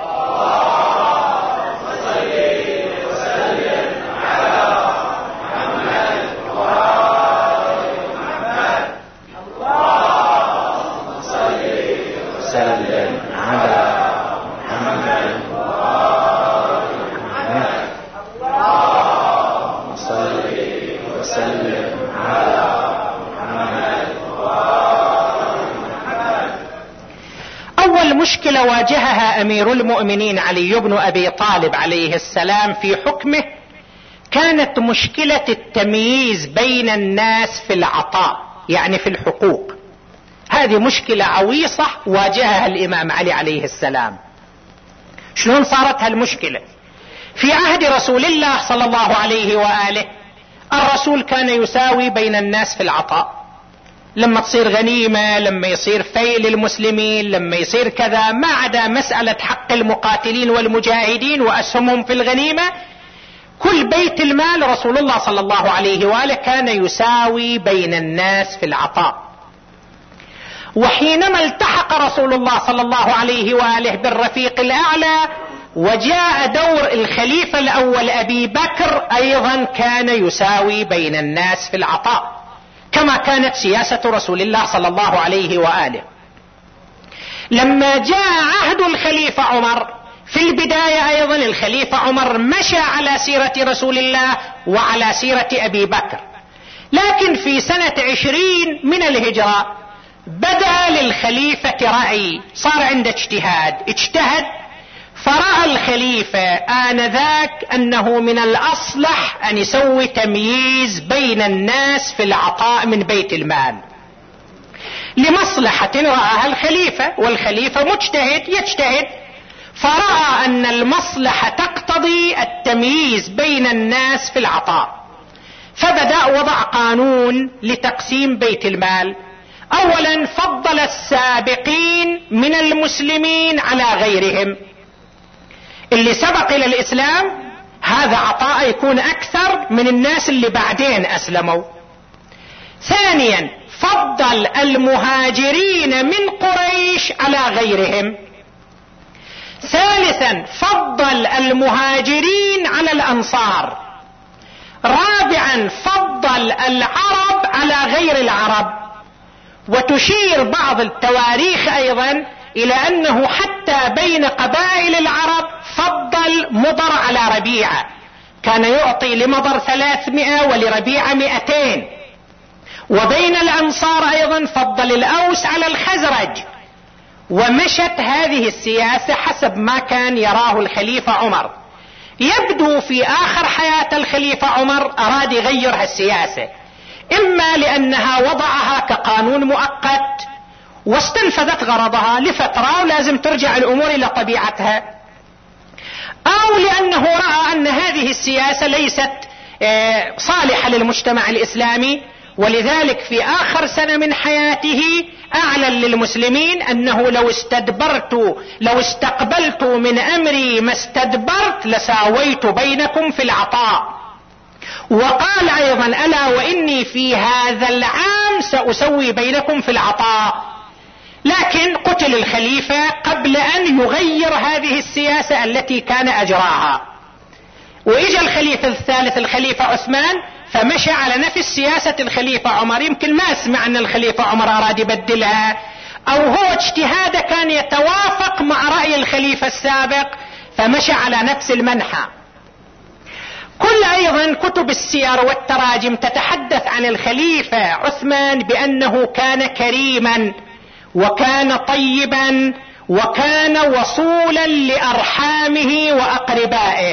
مشكلة واجهها أمير المؤمنين علي بن أبي طالب عليه السلام في حكمه كانت مشكلة التمييز بين الناس في العطاء، يعني في الحقوق. هذه مشكلة عويصة واجهها الإمام علي عليه السلام. شلون صارت هالمشكلة؟ في عهد رسول الله صلى الله عليه وآله الرسول كان يساوي بين الناس في العطاء. لما تصير غنيمة، لما يصير فيل للمسلمين، لما يصير كذا، ما عدا مسألة حق المقاتلين والمجاهدين وأسهمهم في الغنيمة، كل بيت المال رسول الله صلى الله عليه وآله كان يساوي بين الناس في العطاء. وحينما التحق رسول الله صلى الله عليه وآله بالرفيق الأعلى وجاء دور الخليفة الأول أبي بكر، أيضا كان يساوي بين الناس في العطاء كما كانت سياسة رسول الله صلى الله عليه وآله. لما جاء عهد الخليفة عمر في البداية أيضا الخليفة عمر مشى على سيرة رسول الله وعلى سيرة أبي بكر، لكن في سنة عشرين من الهجرة بدأ للخليفة رأي، صار عنده اجتهاد، اجتهد فرأى الخليفة آنذاك أنه من الأصلح أن يسوي تمييز بين الناس في العطاء من بيت المال لمصلحة رآها الخليفة، والخليفة مجتهد يجتهد، فرأى أن المصلحة تقتضي التمييز بين الناس في العطاء، فبدأ وضع قانون لتقسيم بيت المال. أولا فضل السابقين من المسلمين على غيرهم، اللي سبق إلى الإسلام هذا عطاء يكون أكثر من الناس اللي بعدين أسلموا. ثانيا فضل المهاجرين من قريش على غيرهم. ثالثا فضل المهاجرين على الأنصار. رابعا فضل العرب على غير العرب. وتشير بعض التواريخ أيضا إلى أنه حتى بين قبائل العرب فضل مضر على ربيعة، كان يعطي لمضر ثلاثمائة ولربيعة مئتين. وبين الأنصار أيضا فضل الأوس على الخزرج. ومشت هذه السياسة حسب ما كان يراه الخليفة عمر. يبدو في آخر حياة الخليفة عمر أراد يغير هالسياسة، إما لأنها وضعها كقانون مؤقت واستنفذت غرضها لفترة ولازم ترجع الأمور إلى طبيعتها، أو لأنه رأى أن هذه السياسة ليست صالحة للمجتمع الإسلامي، ولذلك في آخر سنة من حياته أعلن للمسلمين أنه لو استدبرت لو استقبلت من أمري ما استدبرت لساويت بينكم في العطاء. وقال أيضا ألا وإني في هذا العام سأسوي بينكم في العطاء. لكن قتل الخليفة قبل أن يغير هذه السياسة التي كان أجراها، وإجا الخليفة الثالث الخليفة عثمان فمشى على نفس سياسة الخليفة عمر. يمكن ما اسمع أن الخليفة عمر أراد يبدلها، أو هو اجتهاده كان يتوافق مع رأي الخليفة السابق فمشى على نفس المنحى. كل أيضا كتب السير والتراجم تتحدث عن الخليفة عثمان بأنه كان كريما وكان طيبا وكان وصولا لأرحامه وأقربائه،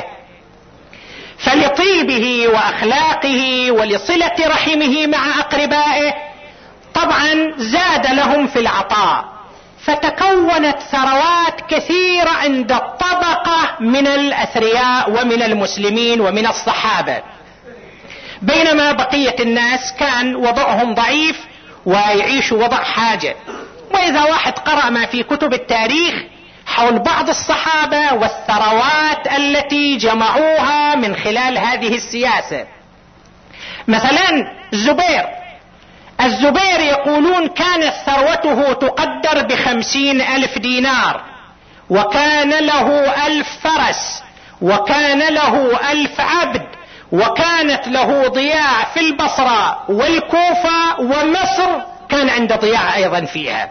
فلطيبه وأخلاقه ولصلة رحمه مع أقربائه طبعا زاد لهم في العطاء، فتكونت ثروات كثيرة عند الطبقة من الأثرياء ومن المسلمين ومن الصحابة، بينما بقية الناس كان وضعهم ضعيف ويعيشوا وضع حاجة. وإذا واحد قرأ ما في كتب التاريخ حول بعض الصحابة والثروات التي جمعوها من خلال هذه السياسة، مثلا الزبير الزبير يقولون كانت ثروته تقدر بخمسين ألف دينار، وكان له ألف فرس، وكان له ألف عبد، وكانت له ضياع في البصرة والكوفة ومصر، كان عنده ضياع أيضا فيها.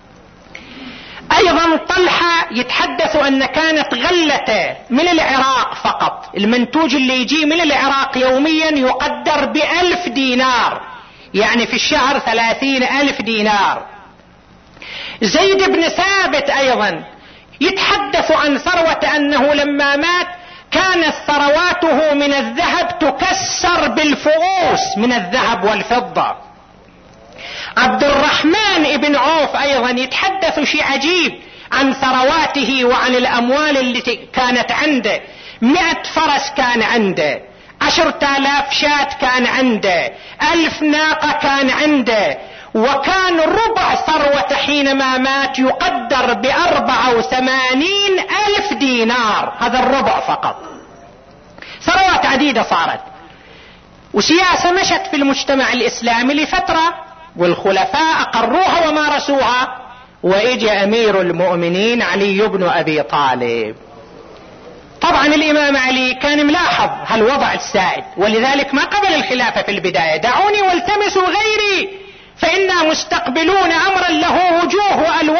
أيضا طلحة يتحدث أن كانت غلته من العراق فقط، المنتوج اللي يجي من العراق يوميا يقدر بألف دينار، يعني في الشهر ثلاثين ألف دينار. زيد بن ثابت أيضا يتحدث عن ثروة أنه لما مات كانت ثرواته من الذهب تكسر بالفؤوس من الذهب والفضة. عبد الرحمن بن عوف أيضا يتحدث شيء عجيب عن ثرواته وعن الأموال التي كانت عنده. مئة فرس كان عنده، عشرة آلاف شاة كان عنده، ألف ناقة كان عنده، وكان ربع ثروة حينما مات يقدر بأربعة وثمانين ألف دينار، هذا الربع فقط. ثروات عديدة صارت، وسياسة مشت في المجتمع الإسلامي لفترة، والخلفاء أقروها ومارسوها. وإجى أمير المؤمنين علي بن أبي طالب. طبعا الإمام علي كان ملاحظ هالوضع السائد، ولذلك ما قبل الخلافة في البداية. دعوني والتمسوا غيري فإنا مستقبلون أمرا له وجوه وألوان.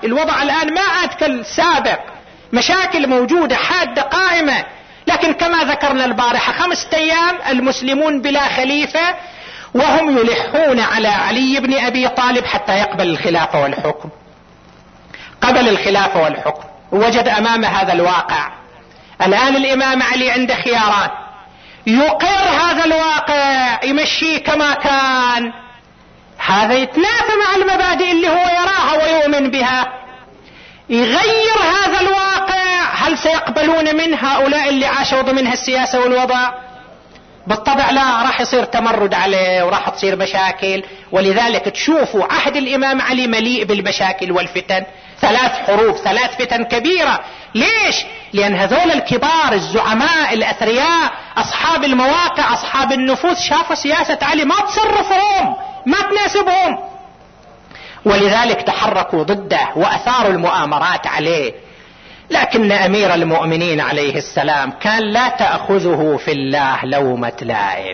الوضع الآن ما عاد كالسابق، مشاكل موجودة حادة قائمة، لكن كما ذكرنا البارحة خمسة أيام المسلمون بلا خليفة، وهم يلحون على علي بن أبي طالب حتى يقبل الخلافة والحكم. قبل الخلافة والحكم، وجد أمام هذا الواقع. الآن الإمام علي عنده خيارات: يقر هذا الواقع يمشيه كما كان، هذا يتنافى مع المبادئ اللي هو يراها ويؤمن بها، يغير هذا الواقع، هل سيقبلون من هؤلاء اللي عاشوا ضمنها السياسة والوضع؟ بالطبع لا، راح يصير تمرد عليه وراح تصير مشاكل. ولذلك تشوفوا عهد الإمام علي مليء بالمشاكل والفتن، ثلاث حروب، ثلاث فتن كبيرة. ليش؟ لأن هذول الكبار الزعماء الأثرياء أصحاب المواقع أصحاب النفوذ شافوا سياسة علي ما تصرفهم، ما تناسبهم، ولذلك تحركوا ضده وأثاروا المؤامرات عليه. لكن أمير المؤمنين عليه السلام كان لا تأخذه في الله لومة لائم،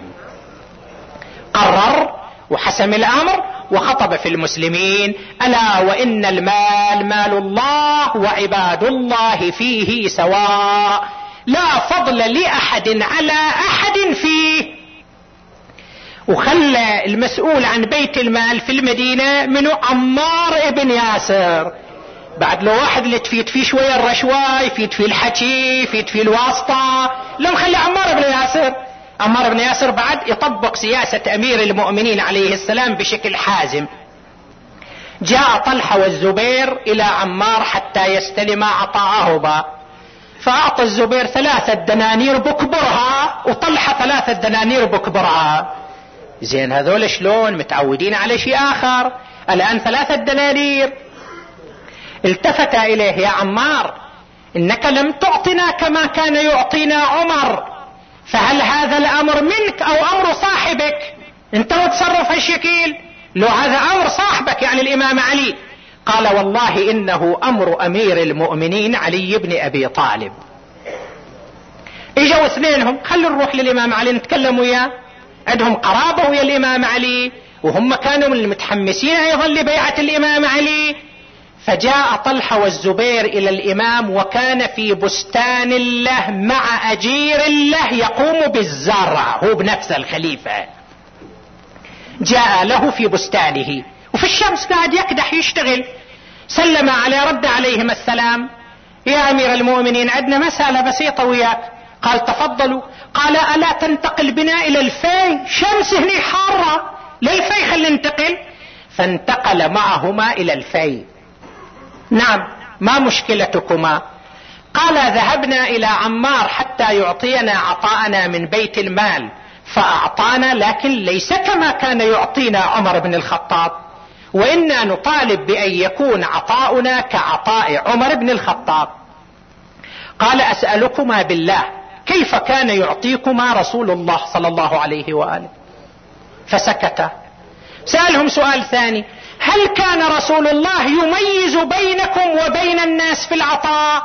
قرر وحسم الأمر وخطب في المسلمين: ألا وإن المال مال الله وعباد الله فيه سواء، لا فضل لأحد على أحد فيه. وخلى المسؤول عن بيت المال في المدينة منه عمار ابن ياسر. بعد لو واحد اللي تفيد فيه شوية الرشوة، يفيد فيه الحكي، يفيد فيه الواسطة، لو خلي عمار ابن ياسر. عمار بن ياسر بعد يطبق سياسة أمير المؤمنين عليه السلام بشكل حازم. جاء طلحة والزبير إلى عمار حتى يستلم عطاءهما، فأعطى الزبير ثلاثة دنانير بكبرها وطلحة ثلاثة دنانير بكبرها. زين هذول شلون متعودين على شيء آخر، الآن ثلاثة دنانير. التفت إليه: يا عمار، إنك لم تعطنا كما كان يعطينا عمر، فهل هذا الأمر منك أو أمر صاحبك؟ انت متصرف هالشكل، لو هذا أمر صاحبك يعني الإمام علي. قال: والله إنه أمر أمير المؤمنين علي بن أبي طالب. إجوا اثنينهم: خلوا نروح للإمام علي نتكلم وياه، عندهم قرابة ويا الإمام علي، وهم كانوا من المتحمسين أيضا لبيعة الإمام علي. فجاء طلحة والزبير إلى الإمام، وكان في بستان له مع أجير له يقوم بالزرع، هو بنفس الخليفة جاء له في بستانه وفي الشمس قاعد يكدح يشتغل. سلم عليه، رد عليهم السلام: يا أمير المؤمنين، عندنا مسألة بسيطة وياك. قال: تفضلوا. قال: ألا تنتقل بنا إلى الفي؟ شمس هني حارة، للفي خلينا ننتقل. فانتقل معهما إلى الفي. نعم، ما مشكلتكما؟ قال: ذهبنا إلى عمار حتى يعطينا عطاءنا من بيت المال، فأعطانا، لكن ليس كما كان يعطينا عمر بن الخطاب، وإنا نطالب بأن يكون عطاؤنا كعطاء عمر بن الخطاب. قال: أسألكما بالله، كيف كان يعطيكما رسول الله صلى الله عليه وآله؟ فسكتا. سألهم سؤال ثاني: هل كان رسول الله يميز بينكم وبين الناس في العطاء؟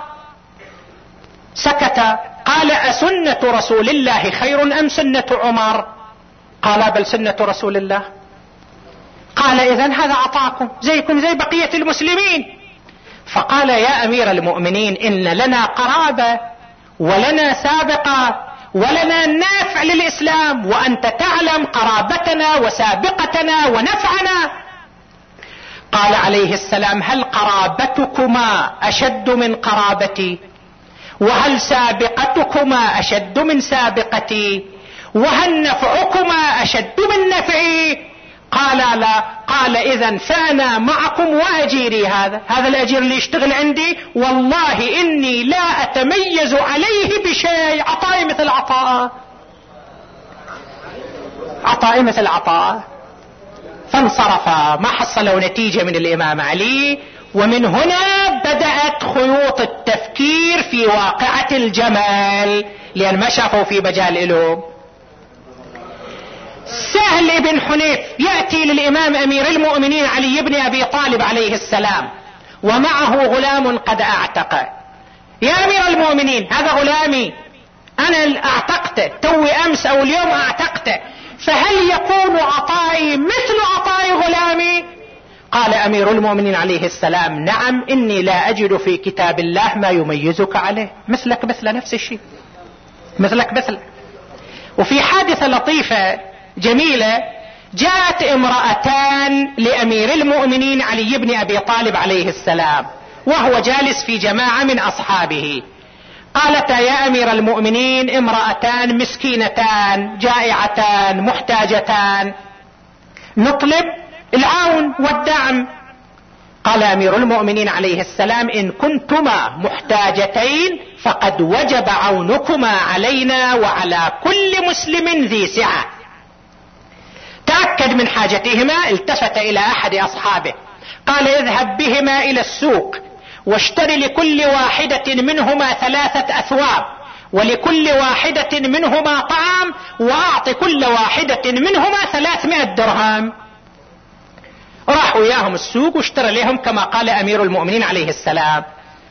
سكت. قال: أسنة رسول الله خير أم سنة عمر؟ قال: بل سنة رسول الله. قال: إذن هذا عطاكم زيكم زي بقية المسلمين. فقال: يا أمير المؤمنين، إن لنا قرابة ولنا سابقة ولنا نافع للإسلام، وأنت تعلم قرابتنا وسابقتنا ونفعنا. قال عليه السلام: هل قرابتكما أشد من قرابتي؟ وهل سابقتكما أشد من سابقتي؟ وهل نفعكما أشد من نفعي؟ قال: لا. قال: إذن فأنا معكم وأجيري هذا هذا الأجير اللي يشتغل عندي، والله إني لا أتميز عليه بشيء، عطائي مثل عطاء، عطائي مثل عطاء. فانصرف، ما حصلوا نتيجة من الإمام علي. ومن هنا بدأت خيوط التفكير في واقعة الجمل، لأن ما شافوا في مجال لهم. سهل بن حنيف يأتي للإمام أمير المؤمنين علي بن أبي طالب عليه السلام ومعه غلام قد أعتقه. يا أمير المؤمنين، هذا غلامي أنا أعتقته توي أمس أو اليوم أعتقته، فهل يكون عطائي مثل عطاء غلامي؟ قال أمير المؤمنين عليه السلام: نعم، إني لا أجد في كتاب الله ما يميزك عليه، مثلك مثل نفس الشيء، مثلك مثل. وفي حادثة لطيفة جميلة، جاءت امرأتان لأمير المؤمنين علي بن أبي طالب عليه السلام وهو جالس في جماعة من أصحابه، قالتا: يا أمير المؤمنين، امرأتان مسكينتان جائعتان محتاجتان، نطلب العون والدعم. قال أمير المؤمنين عليه السلام: إن كنتما محتاجتين فقد وجب عونكما علينا وعلى كل مسلم ذي سعة. تأكد من حاجتهما، التفت إلى أحد أصحابه قال: اذهب بهما إلى السوق واشتري لكل واحدة منهما ثلاثة أثواب ولكل واحدة منهما طعام، وأعط كل واحدة منهما ثلاثمائة درهم. راح وياهم السوق واشترى لهم كما قال أمير المؤمنين عليه السلام.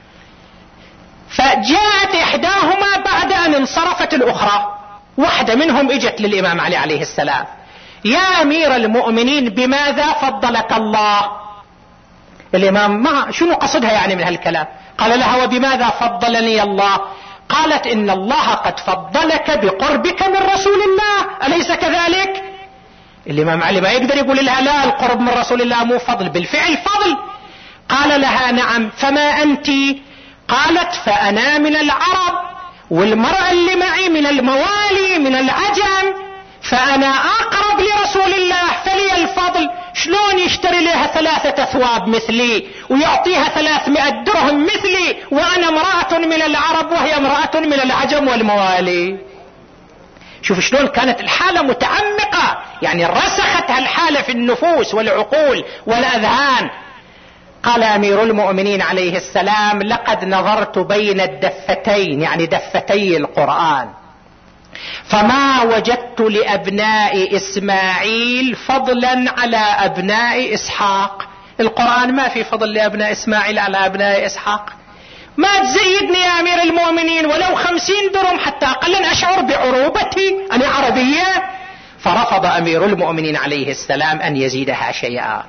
فجاءت إحداهما بعد أن انصرفت الأخرى، واحدة منهم اجت للإمام علي عليه السلام: يا أمير المؤمنين، بماذا فضلك الله؟ الإمام ما شنو قصدها يعني من هالكلام؟ قال لها: وبماذا فضلني الله؟ قالت: إن الله قد فضلك بقربك من رسول الله، أليس كذلك؟ الإمام علي ما يقدر يقول لها: لا، القرب من رسول الله مو فضل، بالفعل فضل. قال لها: نعم، فما أنت؟ قالت: فأنا من العرب، والمرأة اللي معي من الموالي من العجم، فأنا أقرب لرسول الله، فلي الفضل. شلون يشتري لها ثلاثة أثواب مثلي ويعطيها ثلاثمائة درهم مثلي وأنا امرأة من العرب وهي امرأة من العجم والموالي؟ شوف شلون كانت الحالة متعمقة، يعني رسخت هالحالة في النفوس والعقول والأذهان. قال أمير المؤمنين عليه السلام: لقد نظرت بين الدفتين، يعني دفتي القرآن، فما وجدت لأبناء إسماعيل فضلا على أبناء إسحاق. القرآن ما في فضل لأبناء إسماعيل على أبناء إسحاق. ما تزيدني يا أمير المؤمنين ولو خمسين درهم حتى أقل أشعر بعروبتي، أنا عربية. فرفض أمير المؤمنين عليه السلام أن يزيدها شيئا.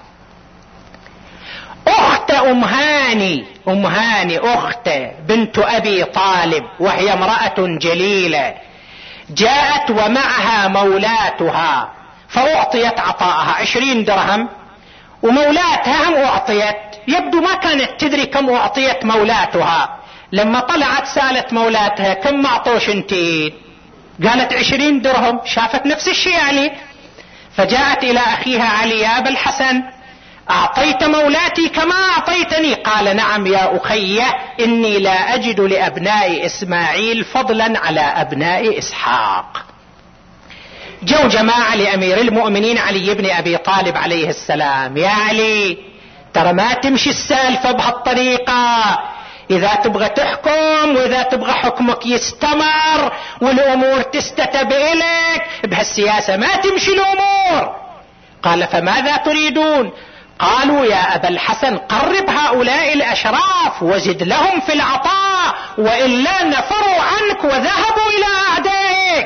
أخت أم هاني، أم هاني أخت بنت أبي طالب، وهي امرأة جليلة، جاءت ومعها مولاتها فأعطيت عطاءها عشرين درهم، ومولاتها هم أعطيت، يبدو ما كانت تدري كم أعطيت مولاتها. لما طلعت سالت مولاتها: كم معطوش انتي؟ قالت: عشرين درهم. شافت نفس الشيء يعني، فجاءت إلى أخيها علي: يا أبا الحسن، أعطيت مولاتي كما أعطيتني؟ قال: نعم يا أخي، إني لا أجد لأبناء إسماعيل فضلا على أبناء إسحاق. جو جماعة لأمير المؤمنين علي بن أبي طالب عليه السلام: يا علي، ترى ما تمشي السالفة بهالطريقة، إذا تبغى تحكم وإذا تبغى حكمك يستمر والأمور تستتب إليك، بهالسياسة ما تمشي الأمور. قال: فماذا تريدون؟ قالوا: يا أبا الحسن، قرب هؤلاء الأشراف وزد لهم في العطاء، وإلا نفروا عنك وذهبوا إلى أعدائك،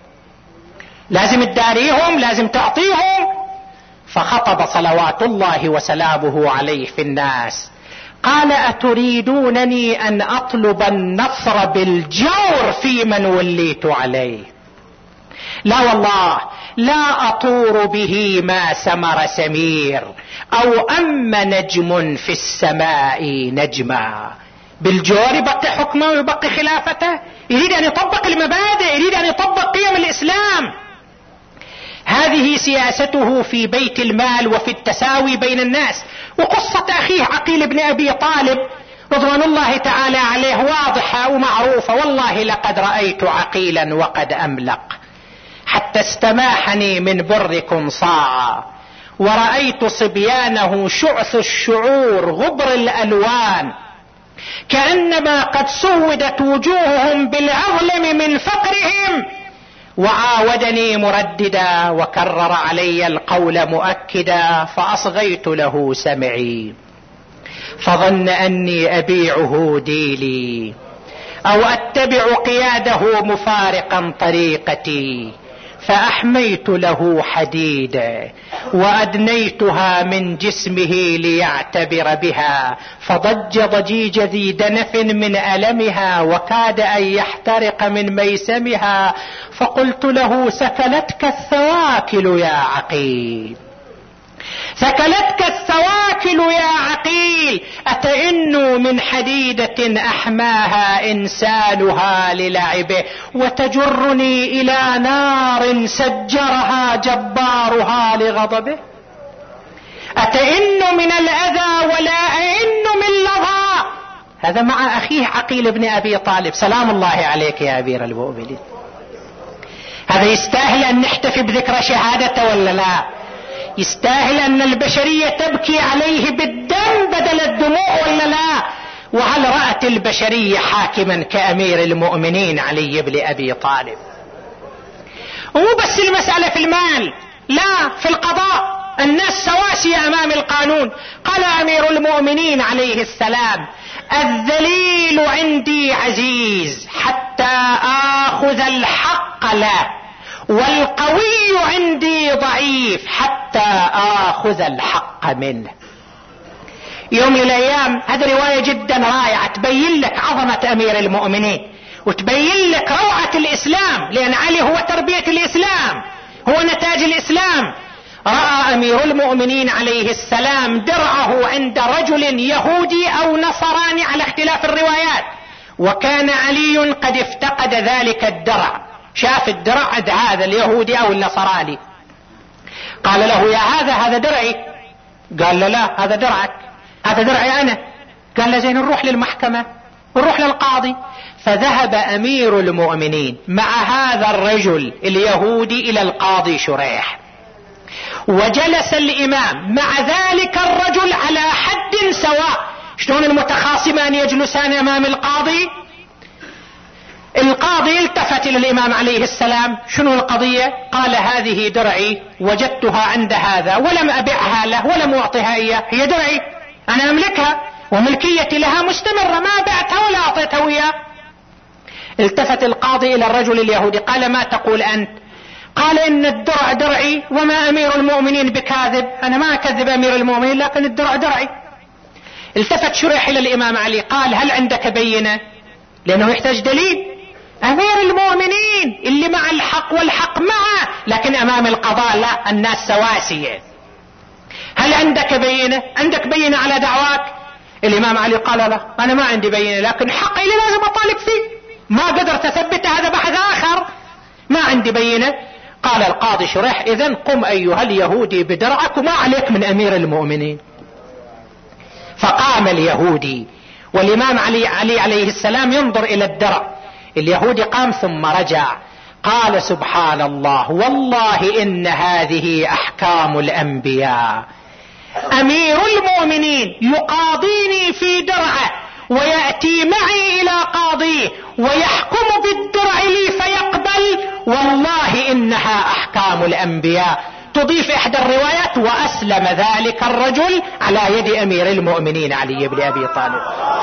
لازم تداريهم، لازم تعطيهم. فخطب صلوات الله وسلامه عليه في الناس، قال: أتريدونني أن أطلب النصر بالجور في من وليت عليه؟ لا والله، لا أطور به ما سمر سمير أو أم نجم في السماء نجما. بالجور يبقي حكمه ويبقي خلافته، يريد أن يطبق المبادئ، يريد أن يطبق قيم الإسلام. هذه سياسته في بيت المال وفي التساوي بين الناس. وقصة أخيه عقيل بن أبي طالب رضوان الله تعالى عليه واضحة ومعروفة: والله لقد رأيت عقيلا وقد أملق حتى استماحني من بركم صاعا، ورأيت صبيانه شعث الشعور غبر الألوان، كأنما قد سودت وجوههم بالعظلم من فقرهم. وعاودني مرددا وكرر علي القول مؤكدا، فأصغيت له سمعي، فظن أني أبيعه ديلي أو أتبع قياده مفارقا طريقتي، فأحميت له حديدا وأدنيتها من جسمه ليعتبر بها، فضج ضجيج ذي دنف من ألمها وكاد أن يحترق من ميسمها، فقلت له ثكلتك الثواكل يا عقيل، ثكلتك الثواكل يا عقيل، أتئن من حديدة أحماها إنسانها للعبه، وتجرني إلى نار سجرها جبارها لغضبه. أتئن من الأذى ولا أئن من لظى. هذا مع أخيه عقيل بن أبي طالب سلام الله عليك يا أمير المؤمنين. هذا يستاهل أن نحتفي بذكرى شهادته ولا لا؟ يستاهل أن البشرية تبكي عليه بالدم بدل الدموع ولا لا؟ وهل رأت البشرية حاكما كأمير المؤمنين علي بن أبي طالب؟ ومو بس المسألة في المال، لا، في القضاء الناس سواسية أمام القانون. قال أمير المؤمنين عليه السلام: الذليل عندي عزيز حتى آخذ الحق له، والقوي عندي ضعيف حتى آخذ الحق منه. يوم من الأيام، هذه رواية جدا رائعة تبين لك عظمة أمير المؤمنين وتبين لك روعة الإسلام، لأن علي هو تربية الإسلام، هو نتاج الإسلام. رأى أمير المؤمنين عليه السلام درعه عند رجل يهودي أو نصراني على اختلاف الروايات، وكان علي قد افتقد ذلك الدرع. شاف الدرع عند هذا اليهودي أو النصراني، قال له: يا هذا هذا درعي. قال له: لا، هذا درعك. هذا درعي أنا. قال له: زين، نروح للمحكمة، نروح للقاضي. فذهب أمير المؤمنين مع هذا الرجل اليهودي إلى القاضي شريح، وجلس الإمام مع ذلك الرجل على حد سواء. شلون المتخاصمان يجلسان أمام القاضي؟ القاضي التفت إلى الإمام عليه السلام: شنو القضية؟ قال: هذه درعي وجدتها عند هذا ولم أبيعها له ولم أعطيها إياه، هي درعي أنا أملكها وملكيتي لها مستمرة، ما بعتها ولا أعطيتها إياه. التفت القاضي إلى الرجل اليهودي قال: ما تقول أنت؟ قال: إن الدرع درعي وما أمير المؤمنين بكاذب، أنا ما أكذب أمير المؤمنين لكن الدرع درعي. التفت شريح إلى الإمام علي قال: هل عندك بينة؟ لأنه يحتاج دليل. أمير المؤمنين اللي مع الحق والحق معه، لكن أمام القضاء لا، الناس سواسية. هل عندك بينة؟ عندك بينة على دعواك؟ الإمام علي قال: لا، أنا ما عندي بينة، لكن حقي اللي لازم أطالب فيه، ما قدرت أثبت، هذا بحث آخر، ما عندي بينة. قال القاضي شريح: إذن قم أيها اليهودي بدرعك وما عليك من أمير المؤمنين. فقام اليهودي والإمام علي, علي عليه السلام ينظر إلى الدرع. اليهودي قام ثم رجع قال: سبحان الله، والله إن هذه أحكام الأنبياء. أمير المؤمنين يقاضيني في درعه ويأتي معي إلى قاضيه ويحكم بالدرع لي فيقبل، والله إنها أحكام الأنبياء. تضيف إحدى الروايات: وأسلم ذلك الرجل على يد أمير المؤمنين علي بن أبي طالب.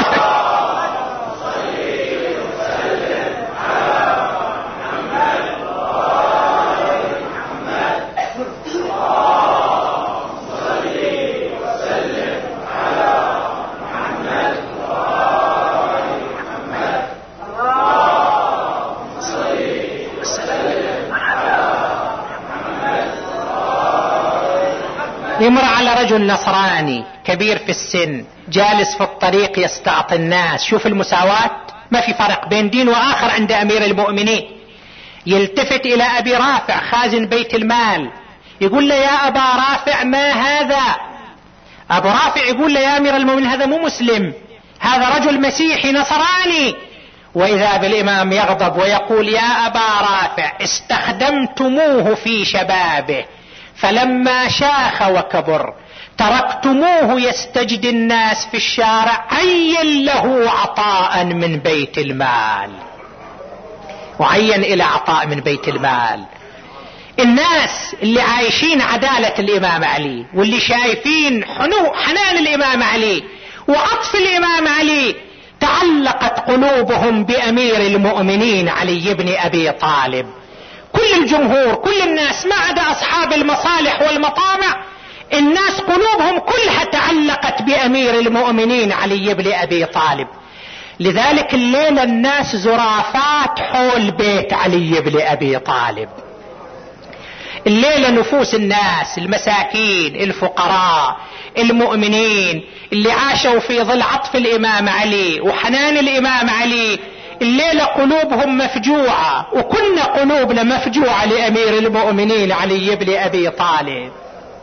يمر على رجل نصراني كبير في السن جالس في الطريق يستعطي الناس. شوف المساواة، ما في فرق بين دين وآخر عند أمير المؤمنين. يلتفت إلى أبي رافع خازن بيت المال يقول له: يا أبا رافع ما هذا؟ أبو رافع يقول له: يا أمير المؤمنين هذا مو مسلم، هذا رجل مسيحي نصراني. وإذا بالإمام يغضب ويقول: يا أبا رافع استخدمتموه في شبابه، فلما شاخ وكبر تركتموه يستجدي الناس في الشارع، عين له عطاء من بيت المال. وعين إلى عطاء من بيت المال. الناس اللي عايشين عدالة الإمام علي واللي شايفين حنو حنان الإمام علي وعطف الإمام علي، تعلقت قلوبهم بأمير المؤمنين علي بن أبي طالب. كل الجمهور، كل الناس ما عدا أصحاب المصالح والمطامع، الناس قلوبهم كلها تعلقت بأمير المؤمنين علي بن أبي طالب. لذلك الليلة الناس زرافات حول بيت علي بن أبي طالب. الليلة نفوس الناس المساكين الفقراء المؤمنين اللي عاشوا في ظل عطف الإمام علي وحنان الإمام علي، الليلة قلوبهم مفجوعة، وكنا قلوبنا مفجوعة لأمير المؤمنين علي بن أبي طالب.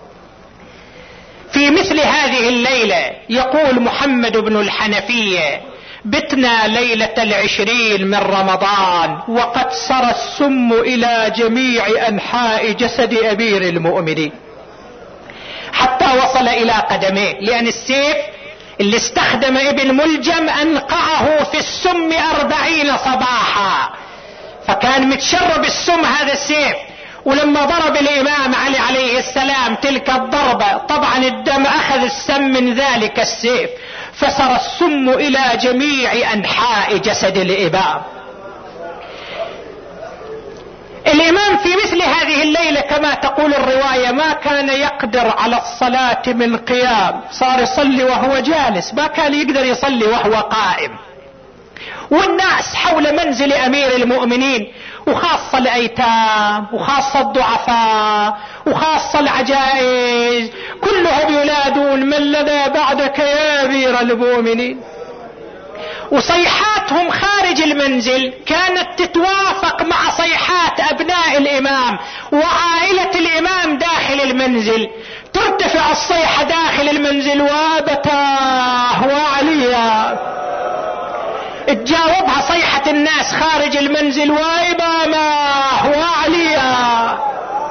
في مثل هذه الليلة يقول محمد بن الحنفية: بتنا ليلة العشرين من رمضان وقد سرى السم إلى جميع أنحاء جسد أمير المؤمنين حتى وصل إلى قدميه، لأن السيف اللي استخدم ابن ملجم أنقعه في السم أربعين صباحا، فكان متشرب السم هذا السيف. ولما ضرب الإمام علي عليه السلام تلك الضربة طبعا الدم أخذ السم من ذلك السيف، فسر السم إلى جميع أنحاء جسد الإمام. الإمام في مثل هذه الليلة كما تقول الرواية ما كان يقدر على الصلاة من قيام، صار يصلي وهو جالس، ما كان يقدر يصلي وهو قائم. والناس حول منزل أمير المؤمنين، وخاصة الأيتام وخاصة الضعفاء وخاصة العجائز، كلهم ينادون: من لنا بعدك يا أمير المؤمنين. وصيحاتهم خارج المنزل كانت تتوافق مع صيحات أبناء الإمام وعائلة الإمام داخل المنزل. ترتفع الصيحة داخل المنزل: وابتاه وعليا. تجاوبها صيحة الناس خارج المنزل: وإماماه وعليا.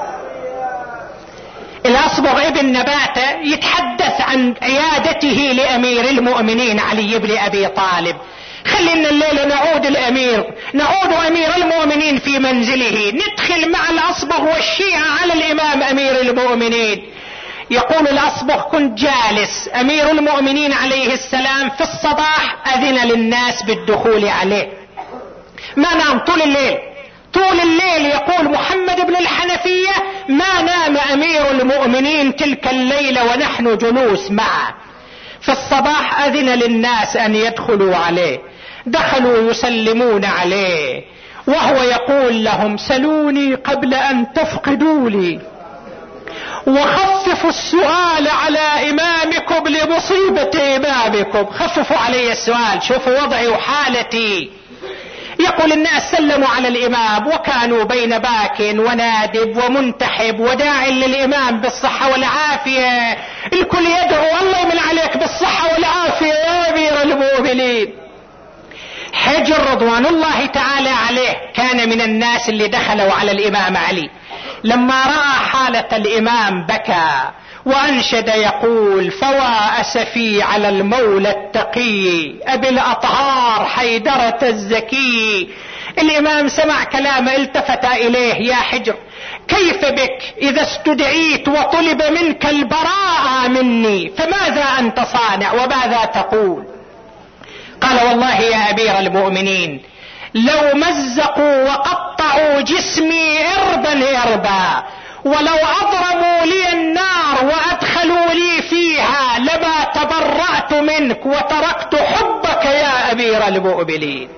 الأصبغ ابن نباتة يتحدث عن عيادته لأمير المؤمنين علي بن أبي طالب. خلينا الليلة نعود الأمير نعود أمير المؤمنين في منزله، ندخل مع الأصبغ والشيعة على الإمام أمير المؤمنين. يقول الأصبغ: كنت جالس أمير المؤمنين عليه السلام في الصباح أذن للناس بالدخول عليه، ما نام طول الليل طول الليل. يقول محمد بن الحنفية: ما نام أمير المؤمنين تلك الليلة ونحن جلوس معه. في الصباح أذن للناس أن يدخلوا عليه، دخلوا يسلمون عليه وهو يقول لهم: سلوني قبل أن تفقدوا لي، وخففوا السؤال على إمامكم لمصيبة إمامكم. خففوا علي السؤال، شوفوا وضعي وحالتي. يقول الناس سلموا على الإمام وكانوا بين باك ونادب ومنتحب وداع للإمام بالصحة والعافية. الكل يدعو: الله يمن عليك بالصحة والعافية يا أمير المؤمنين. حجر رضوان الله تعالى عليه كان من الناس اللي دخلوا على الإمام علي، لما رأى حالة الإمام بكى وأنشد يقول: فوا أسفي على المولى التقي أبي الأطهار حيدرة الزكي. الإمام سمع كلامه التفت إليه: يا حجر، كيف بك إذا استدعيت وطلب منك البراءة مني، فماذا أنت صانع وماذا تقول؟ قال: والله يا أمير المؤمنين لو مزقوا وقطعوا جسمي إربا إربا، ولو أضرموا لي النار وأدخلوا لي فيها لما تبرأت منك وتركت حبك يا أمير المؤمنين.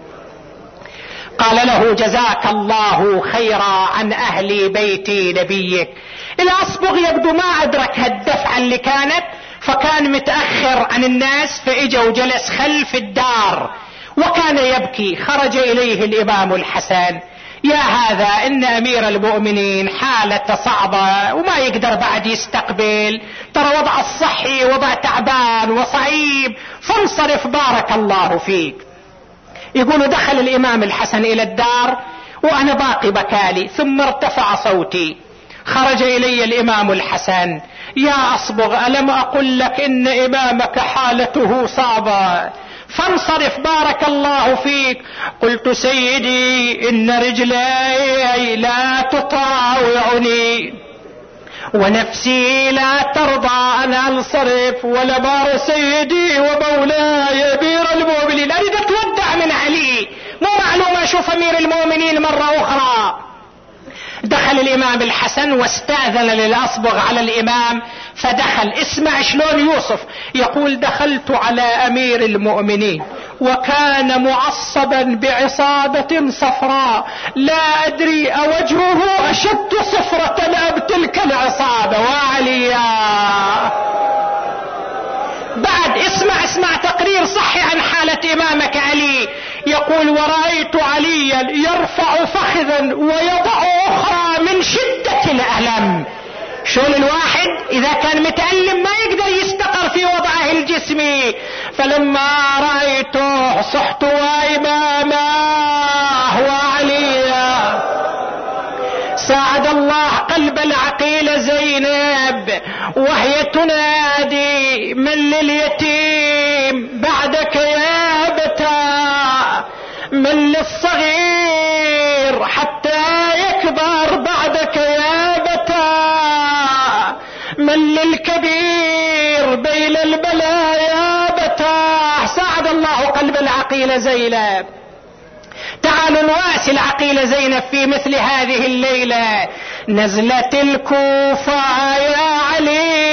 قال له: جزاك الله خيرا عن أهل بيت نبيك. الأصبغ يبدو ما أدرك هالدفعة اللي كانت، فكان متأخر عن الناس، فإجا وجلس خلف الدار وكان يبكي. خرج إليه الإمام الحسن: يا هذا إن أمير المؤمنين حالة صعبة وما يقدر بعد يستقبل، ترى وضع الصحي وضع تعبان وصعيب، فانصرف بارك الله فيك. يقول: دخل الإمام الحسن إلى الدار وأنا باقي بكالي، ثم ارتفع صوتي. خرج إلي الإمام الحسن: يا أصبغ، ألم أقل لك إن إمامك حالته صعبة، فانصرف بارك الله فيك. قلت: سيدي إن رجلي لا تطاوعني ونفسي لا ترضى أن أنصرف، ولبار سيدي ومولاي أمير المؤمنين. أريد أتودع من علي، مو معلوم أشوف أمير المؤمنين مرة أخرى. دخل دخل الامام الحسن واستأذن للأصبغ على الامام، فدخل. اسمع شلون يوصف، يقول دخلت على امير المؤمنين وكان معصبا بعصابة صفراء، لا ادري اوجهه اشد صفرة ام تلك العصابة. وعليا بعد اسمع اسمع تقرير صحي عن حالة امامك علي، يقول ورأيت عليا يرفع فخذا ويضع اخرى من شدة الألم. شلون الواحد اذا كان متألم ما يقدر يستقر في وضعه الجسمي. فلما رأيته صحت وامامه وعليا. ساعد الله قلب العقيلة زينب وهي تنادي من لليتيم بعدك يا بتا، من للصغير حتى يكبر بعدك يا بتا، من للكبير بين البلايا بتا. ساعد الله قلب العقيلة زينب. تعالوا نواسي العقيلة زينب في مثل هذه الليلة. نزلت الكوفة يا علي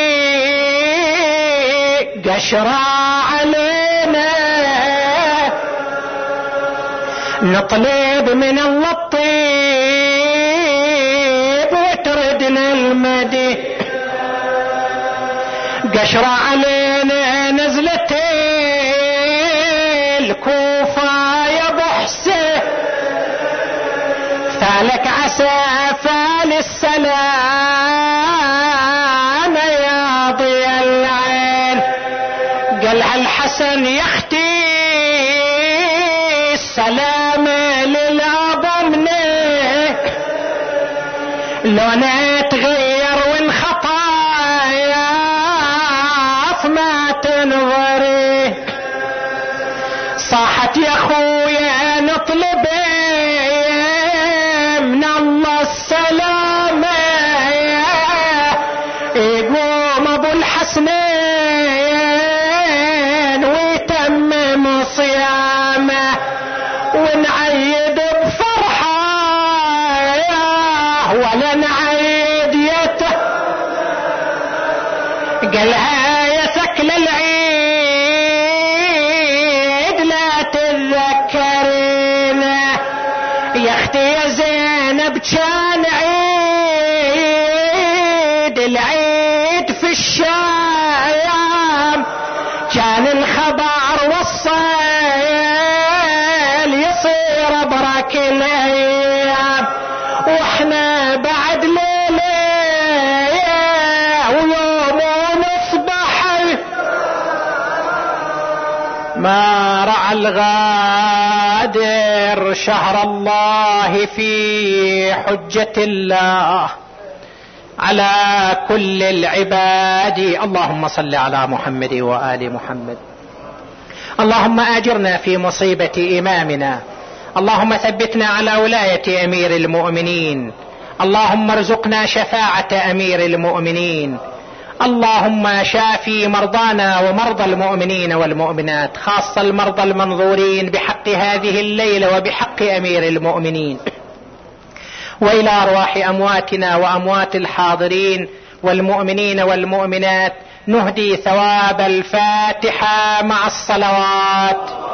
قشرة علينا، نطلب من الله الطيب وتردنا المدي. قشرة علينا نزلت الكوفة يا ابو حسين، فالك عسى فال السلام يا ضي العين. قالها الحسن يا اختي السلام للأضمني، لونه تغير والخطايا ما تنظري. صاحت يا خويا نطلب من الله السلامة، يقوم ابو الحسنين ويتمم صيامه ونعيد بفرحة ولا نعيد يته. قالها يا سكل العيد لا تذكرين يا اختي يا زينب، كان عيد العيد في الشام، كان الخبر والصيل يصير برك الايام، واحنا بعد ليله ويوم ونصبح ما رعى الغادر شهر الله في حجة الله على كل العباد. اللهم صل على محمد وآل محمد. اللهم آجرنا في مصيبة إمامنا، اللهم ثبتنا على ولاية أمير المؤمنين، اللهم ارزقنا شفاعة أمير المؤمنين، اللهم شافي مرضانا ومرضى المؤمنين والمؤمنات، خاصة المرضى المنظورين بحق هذه الليلة وبحق أمير المؤمنين، وإلى أرواح أمواتنا وأموات الحاضرين والمؤمنين والمؤمنات نهدي ثواب الفاتحة مع الصلوات.